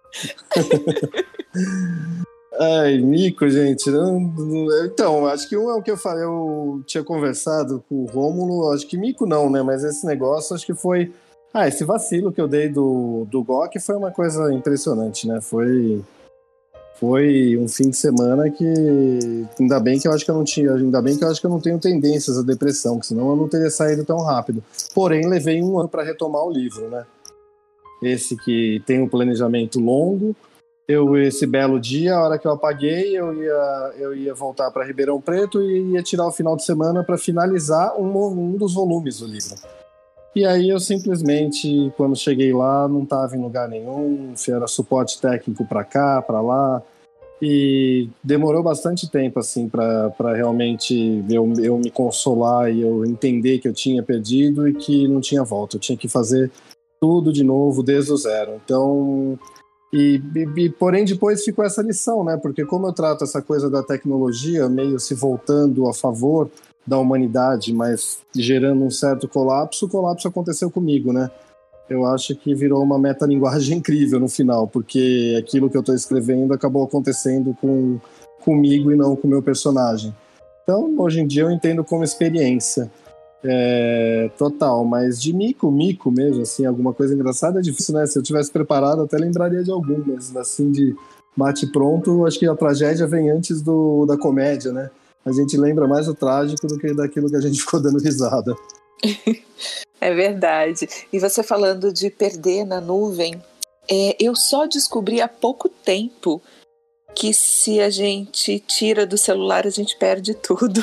Ai, mico, gente. Não, não- então, acho que um é o que eu falei, eu tinha conversado com o Rômulo, acho que mico não, né? Mas esse negócio, acho que foi. Ah, esse vacilo que eu dei do, do G O C foi uma coisa impressionante, né? Foi, foi um fim de semana que. Ainda bem que eu acho que eu não tinha. Ainda bem que eu acho que eu não tenho tendências à depressão, que senão eu não teria saído tão rápido. Porém, levei um ano para retomar o livro, né? Esse que tem um planejamento longo. Eu, esse belo dia, a hora que eu apaguei, eu ia, eu ia voltar para Ribeirão Preto e ia tirar o final de semana para finalizar um, um dos volumes do livro. E aí eu simplesmente, quando cheguei lá, não estava em lugar nenhum, era suporte técnico para cá, para lá, e demorou bastante tempo assim para realmente eu, eu me consolar e eu entender que eu tinha perdido e que não tinha volta. Eu tinha que fazer tudo de novo, desde o zero. Então... E, e, e, porém, depois ficou essa lição, né? Porque como eu trato essa coisa da tecnologia meio se voltando a favor da humanidade, mas gerando um certo colapso, o colapso aconteceu comigo, né? Eu acho que virou uma metalinguagem incrível no final, porque aquilo que eu estou escrevendo acabou acontecendo com, comigo e não com o meu personagem. Então, hoje em dia eu entendo como experiência. É, total, mas de mico, mico mesmo, assim, alguma coisa engraçada é difícil, né? Se eu tivesse preparado, até lembraria de algum, mas assim, de bate pronto, acho que a tragédia vem antes do, da comédia, né? A gente lembra mais do trágico do que daquilo que a gente ficou dando risada. É verdade. E você falando de perder na nuvem, é, eu só descobri há pouco tempo que se a gente tira do celular, a gente perde tudo.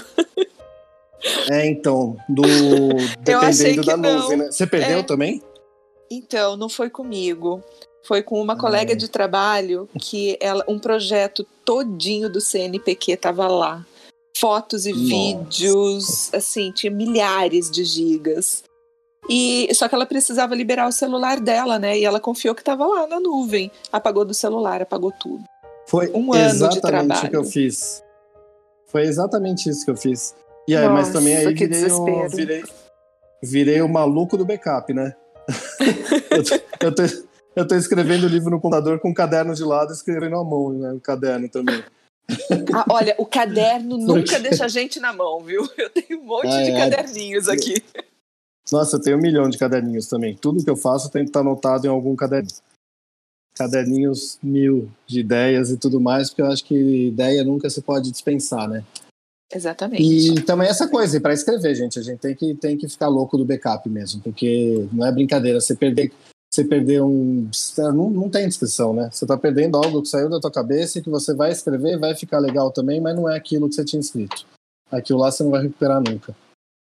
É, então, do Eu achei dependendo que da não. nuvem, né? Você perdeu É. também? Então, não foi comigo. Foi com uma colega Ah. de trabalho que ela, um projeto todinho do C N P Q estava lá. Fotos e Nossa. vídeos, assim, tinha milhares de gigas. E, só que ela precisava liberar o celular dela, né? E ela confiou que estava lá na nuvem. Apagou do celular, apagou tudo. Foi Um ano de exatamente trabalho. o que eu fiz. Foi exatamente isso que eu fiz. E aí, Nossa, mas também aí que virei o, desespero. virei, virei o maluco do backup, né? eu, tô, eu, tô, eu tô escrevendo o livro no computador com o caderno de lado, escrevendo à mão, né? O caderno também. Ah, olha, o caderno Porque... nunca deixa a gente na mão, viu? Eu tenho um monte ah, de é, caderninhos aqui. Nossa, eu tenho um milhão de caderninhos também. Tudo que eu faço tem que estar anotado em algum caderninho. Caderninhos mil de ideias e tudo mais, porque eu acho que ideia nunca se pode dispensar, né? Exatamente. E também essa coisa, e para escrever, gente, a gente tem que, tem que ficar louco do backup mesmo, porque não é brincadeira, você perder, você perder um... Não, não tem descrição, né? Você tá perdendo algo que saiu da tua cabeça e que você vai escrever, vai ficar legal também, mas não é aquilo que você tinha escrito. Aquilo lá você não vai recuperar nunca.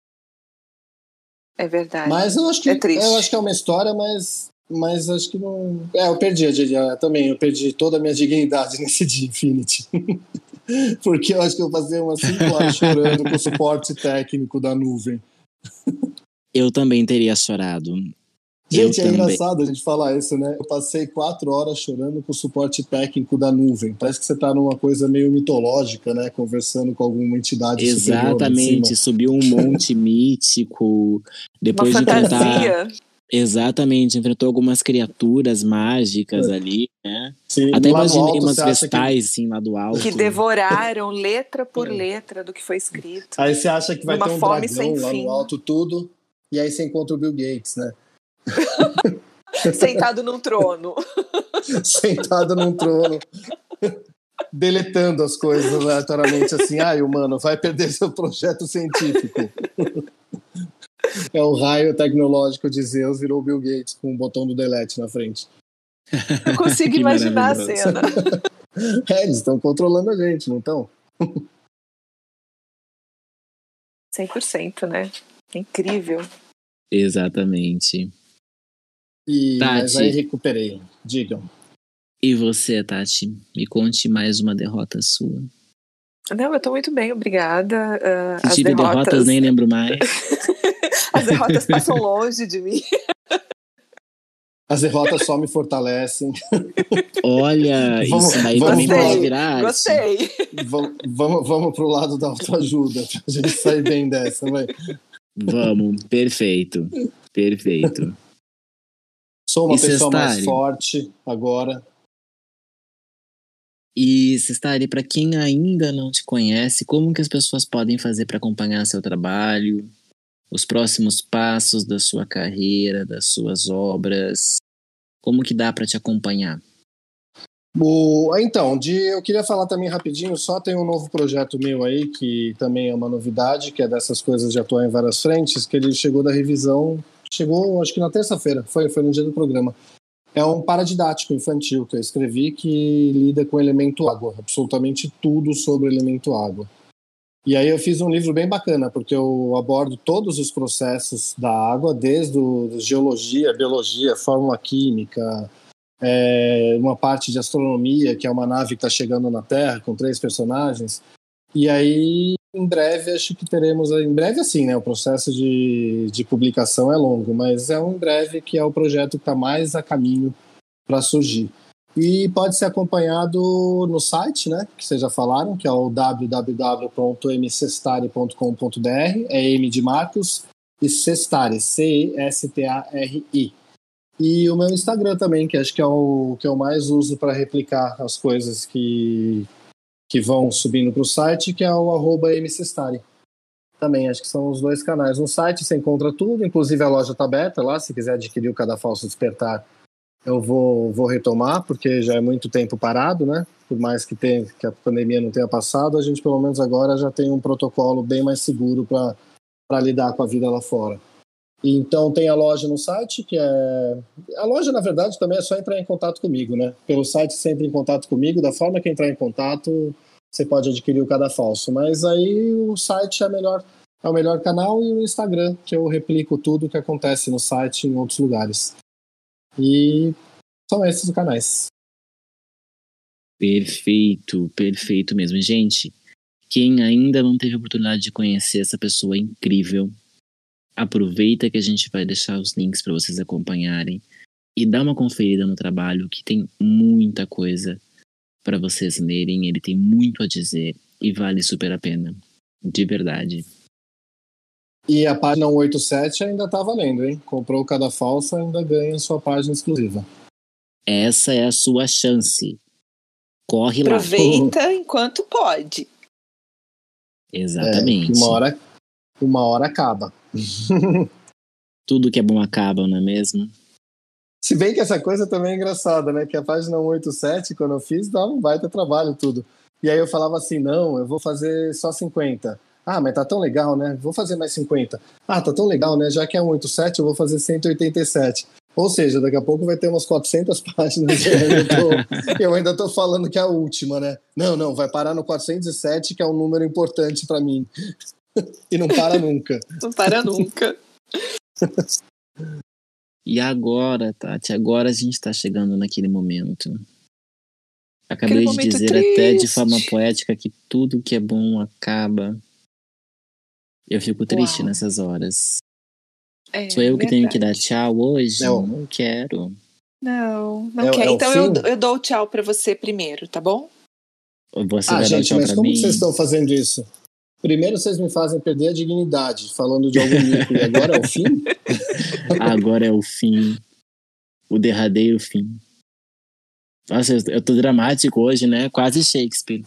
É verdade. Mas eu acho que, é triste. eu acho que é uma história, mas, mas acho que não... É, eu perdi a dia, também, eu perdi toda a minha dignidade nesse dia, Infinity. Porque eu acho que eu passei umas cinco horas chorando com o suporte técnico da nuvem. Eu também teria chorado. Gente, eu é também. engraçado a gente falar isso, né? Eu passei quatro horas chorando com o suporte técnico da nuvem. Parece que você tá numa coisa meio mitológica, né? Conversando com alguma entidade Exatamente, subiu um monte mítico. Depois Uma de enfrentar... fantasia. Exatamente, enfrentou algumas criaturas mágicas é. ali, né? Sim, até lá imaginei alto, umas vestais, que... assim, lá do alto. Que devoraram letra por letra do que foi escrito. Aí você acha que vai Numa ter um fome dragão sem lá fim. no alto tudo, e aí você encontra o Bill Gates, né? Sentado num trono. Sentado num trono. Deletando as coisas aleatoriamente assim. Ai, humano, vai perder seu projeto científico. É o raio tecnológico de Zeus, virou o Bill Gates com o botão do delete na frente. Eu consigo imaginar a cena. É, eles estão controlando a gente, não estão? cem por cento, né? É incrível. Exatamente. E, Tati, mas aí recuperei. Digam. E você, Tati? Me conte mais uma derrota sua. Não, eu tô muito bem, obrigada. Uh, Se as tive derrotas... derrotas, nem lembro mais. As derrotas passam longe de mim. As derrotas só me fortalecem. Olha, vamos, isso aí vamos também pode virar arte. Gostei. Vamos, vamos, vamos pro lado da autoajuda, pra gente sair bem dessa, vai. Vamos, perfeito. Perfeito. Sou uma E pessoa cestário? mais forte agora. E, Sestari, para quem ainda não te conhece, como que as pessoas podem fazer para acompanhar seu trabalho, os próximos passos da sua carreira, das suas obras? Como que dá para te acompanhar? O, então, de, eu queria falar também rapidinho, só tem um novo projeto meu aí, que também é uma novidade, que é dessas coisas de atuar em várias frentes, que ele chegou da revisão, chegou acho que na terça-feira, foi, foi no dia do programa. É um paradidático infantil que eu escrevi que lida com o elemento água, absolutamente tudo sobre o elemento água. E aí eu fiz um livro bem bacana, porque eu abordo todos os processos da água, desde o, geologia, biologia, fórmula química, é, uma parte de astronomia, que é uma nave que está chegando na Terra, com três personagens. E aí, em breve, acho que teremos... Em breve, assim, né? O processo de, de publicação é longo, mas é um em breve que é o projeto que está mais a caminho para surgir. E pode ser acompanhado no site, né? Que vocês já falaram, que é o w w w ponto m cestari ponto com ponto b r. É M de Marcos e Cestari, C E S T A R I. E o meu Instagram também, que acho que é o que eu mais uso para replicar as coisas que... que vão subindo para o site, que é o arroba mcestari. Também, acho que são os dois canais. No site você encontra tudo, inclusive a loja está aberta lá, se quiser adquirir o Cadafalso Despertar, eu vou, vou retomar, porque já é muito tempo parado, né? Por mais que, tenha, que a pandemia não tenha passado, a gente pelo menos agora já tem um protocolo bem mais seguro para lidar com a vida lá fora. Então tem a loja no site, que é... A loja, na verdade, também é só entrar em contato comigo, né? Pelo site você entra em contato comigo, da forma que entrar em contato, você pode adquirir o Cadafalso. Mas aí o site é, a melhor, é o melhor canal, e o Instagram, que eu replico tudo que acontece no site em outros lugares. E são esses os canais. Perfeito, perfeito mesmo. Gente, quem ainda não teve a oportunidade de conhecer essa pessoa incrível, aproveita que a gente vai deixar os links para vocês acompanharem e dá uma conferida no trabalho, que tem muita coisa para vocês lerem. Ele tem muito a dizer e vale super a pena, de verdade. E a página cento e oitenta e sete ainda tá valendo, hein? Comprou o Cadafalso, ainda ganha sua página exclusiva. Essa é a sua chance. Corre lá. Aproveita enquanto pode. Exatamente. É, uma hora, uma hora acaba. Tudo que é bom acaba, não é mesmo? Se bem que essa coisa também é engraçada, né? Que a página cento e oitenta e sete, quando eu fiz, dava um baita trabalho tudo. E aí eu falava assim, não, eu vou fazer só cinquenta. Ah, mas tá tão legal, né? Vou fazer mais cinquenta. Ah, tá tão legal, né? Já que é cento e oitenta e sete, eu vou fazer cento e oitenta e sete. Ou seja, daqui a pouco vai ter umas quatrocentas páginas e eu ainda tô, eu ainda tô falando que é a última, né? Não, não, vai parar no quatrocentos e sete, que é um número importante pra mim. E não para nunca. Não para nunca. E agora, Tati, agora a gente tá chegando naquele momento. Acabei Aquele de dizer triste. até de forma poética que tudo que é bom acaba. Eu fico triste Uau. nessas horas. É, Sou eu que verdade. tenho que dar tchau hoje? Não. Não quero. Não, não É o- quer. é o Então eu, fim? eu dou o tchau pra você primeiro, tá bom? Você Ah, vai dar gente, tchau mas pra como mim? que vocês estão fazendo isso? Primeiro vocês me fazem perder a dignidade, falando de algum mico, e agora é o fim? Agora é o fim. O derradeiro fim. Nossa, eu, eu tô dramático hoje, né? Quase Shakespeare.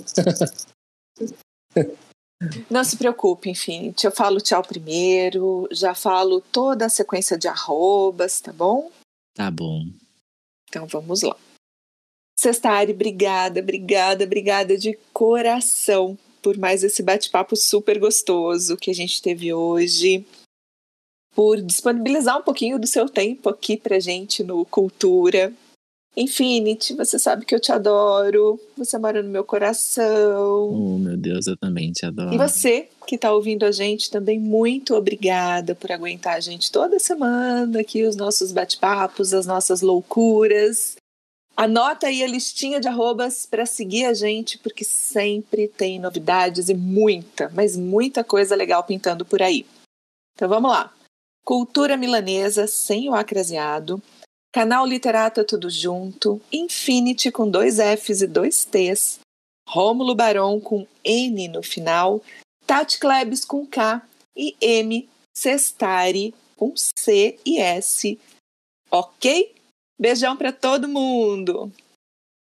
Não se preocupe, Infinity. Eu falo tchau primeiro, já falo toda a sequência de arrobas, tá bom? Tá bom. Então vamos lá. Cestari, obrigada, obrigada, obrigada de coração por mais esse bate-papo super gostoso que a gente teve hoje, por disponibilizar um pouquinho do seu tempo aqui pra gente no Cultura. Infinity, você sabe que eu te adoro, você mora no meu coração. Oh, meu Deus, eu também te adoro. E você que está ouvindo a gente também, muito obrigada por aguentar a gente toda semana aqui, os nossos bate-papos, as nossas loucuras. Anota aí a listinha de arrobas para seguir a gente, porque sempre tem novidades e muita, mas muita coisa legal pintando por aí. Então vamos lá. Cultura Milanesa, sem o acraseado. Canal Literata Tudo Junto. Infinity com dois Fs e dois Ts. Rômulo Barão com N no final. Tati Klebs com K. E M. Cestari com C e S. Ok? Beijão para todo mundo!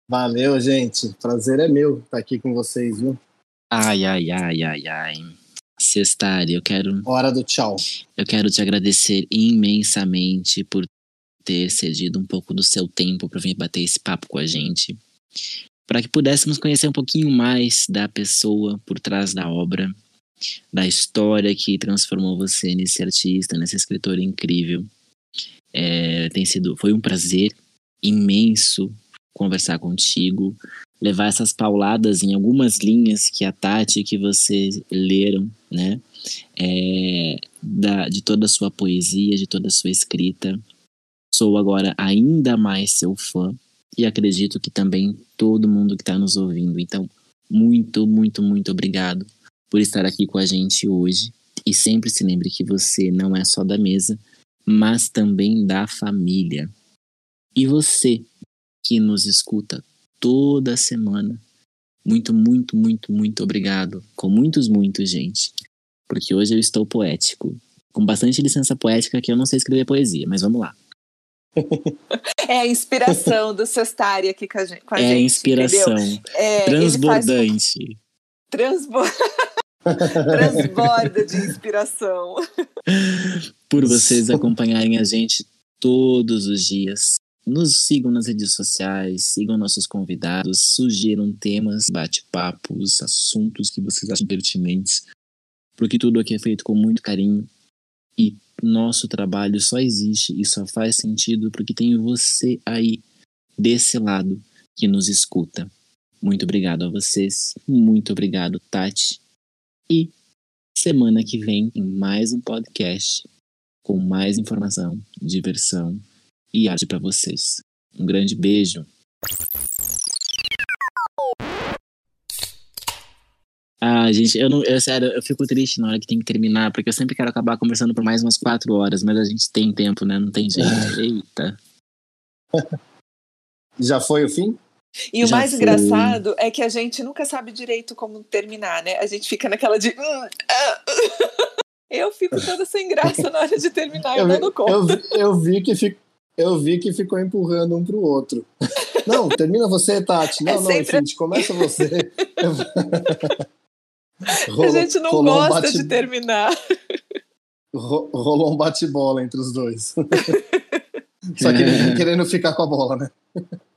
Valeu, gente. Prazer é meu estar aqui com vocês, viu? Ai, ai, ai, ai, ai. Sextari, eu quero... Hora do tchau. Eu quero te agradecer imensamente por ter cedido um pouco do seu tempo para vir bater esse papo com a gente. Para que pudéssemos conhecer um pouquinho mais da pessoa por trás da obra, da história que transformou você nesse artista, nesse escritor incrível. É, tem sido, foi um prazer imenso conversar contigo, levar essas pauladas em algumas linhas que a Tati, que vocês leram, né? É, da, de toda a sua poesia, de toda a sua escrita. Sou agora ainda mais seu fã e acredito que também todo mundo que está nos ouvindo. Então, muito, muito, muito obrigado por estar aqui com a gente hoje. E sempre se lembre que você não é só da mesa, mas também da família. E você que nos escuta toda semana, muito, muito, muito, muito obrigado. Com muitos, muitos, gente. Porque hoje eu estou poético. Com bastante licença poética, que eu não sei escrever poesia, mas vamos lá. É a inspiração do Sextari aqui com a gente. Com a é gente, a inspiração. É, transbordante. Transbo... Transborda de inspiração. Por vocês acompanharem a gente todos os dias. Nos sigam nas redes sociais, sigam nossos convidados, sugiram temas, bate-papos, assuntos que vocês acham pertinentes, porque tudo aqui é feito com muito carinho e nosso trabalho só existe e só faz sentido porque tem você aí desse lado que nos escuta. Muito obrigado a vocês, muito obrigado, Tati, e semana que vem em mais um podcast com mais informação, diversão e arte para vocês. Um grande beijo. Ah, gente, eu não, eu, sério, eu fico triste na hora que tem que terminar, porque eu sempre quero acabar conversando por mais umas quatro horas, mas a gente tem tempo, né? Não tem jeito. Eita. Já foi o fim? E o Já mais foi. engraçado é que a gente nunca sabe direito como terminar, né? A gente fica naquela de... Eu fico toda sem graça na hora de terminar, eu, eu não dou conta. Eu, vi, eu, vi que fico, eu vi que ficou empurrando um pro outro. Não, termina você, Tati. Não, é não, sempre... enfim, começa você. Rolou, a gente não gosta um bate... de terminar. Rolou um bate-bola entre os dois. Só que querendo ficar com a bola, né?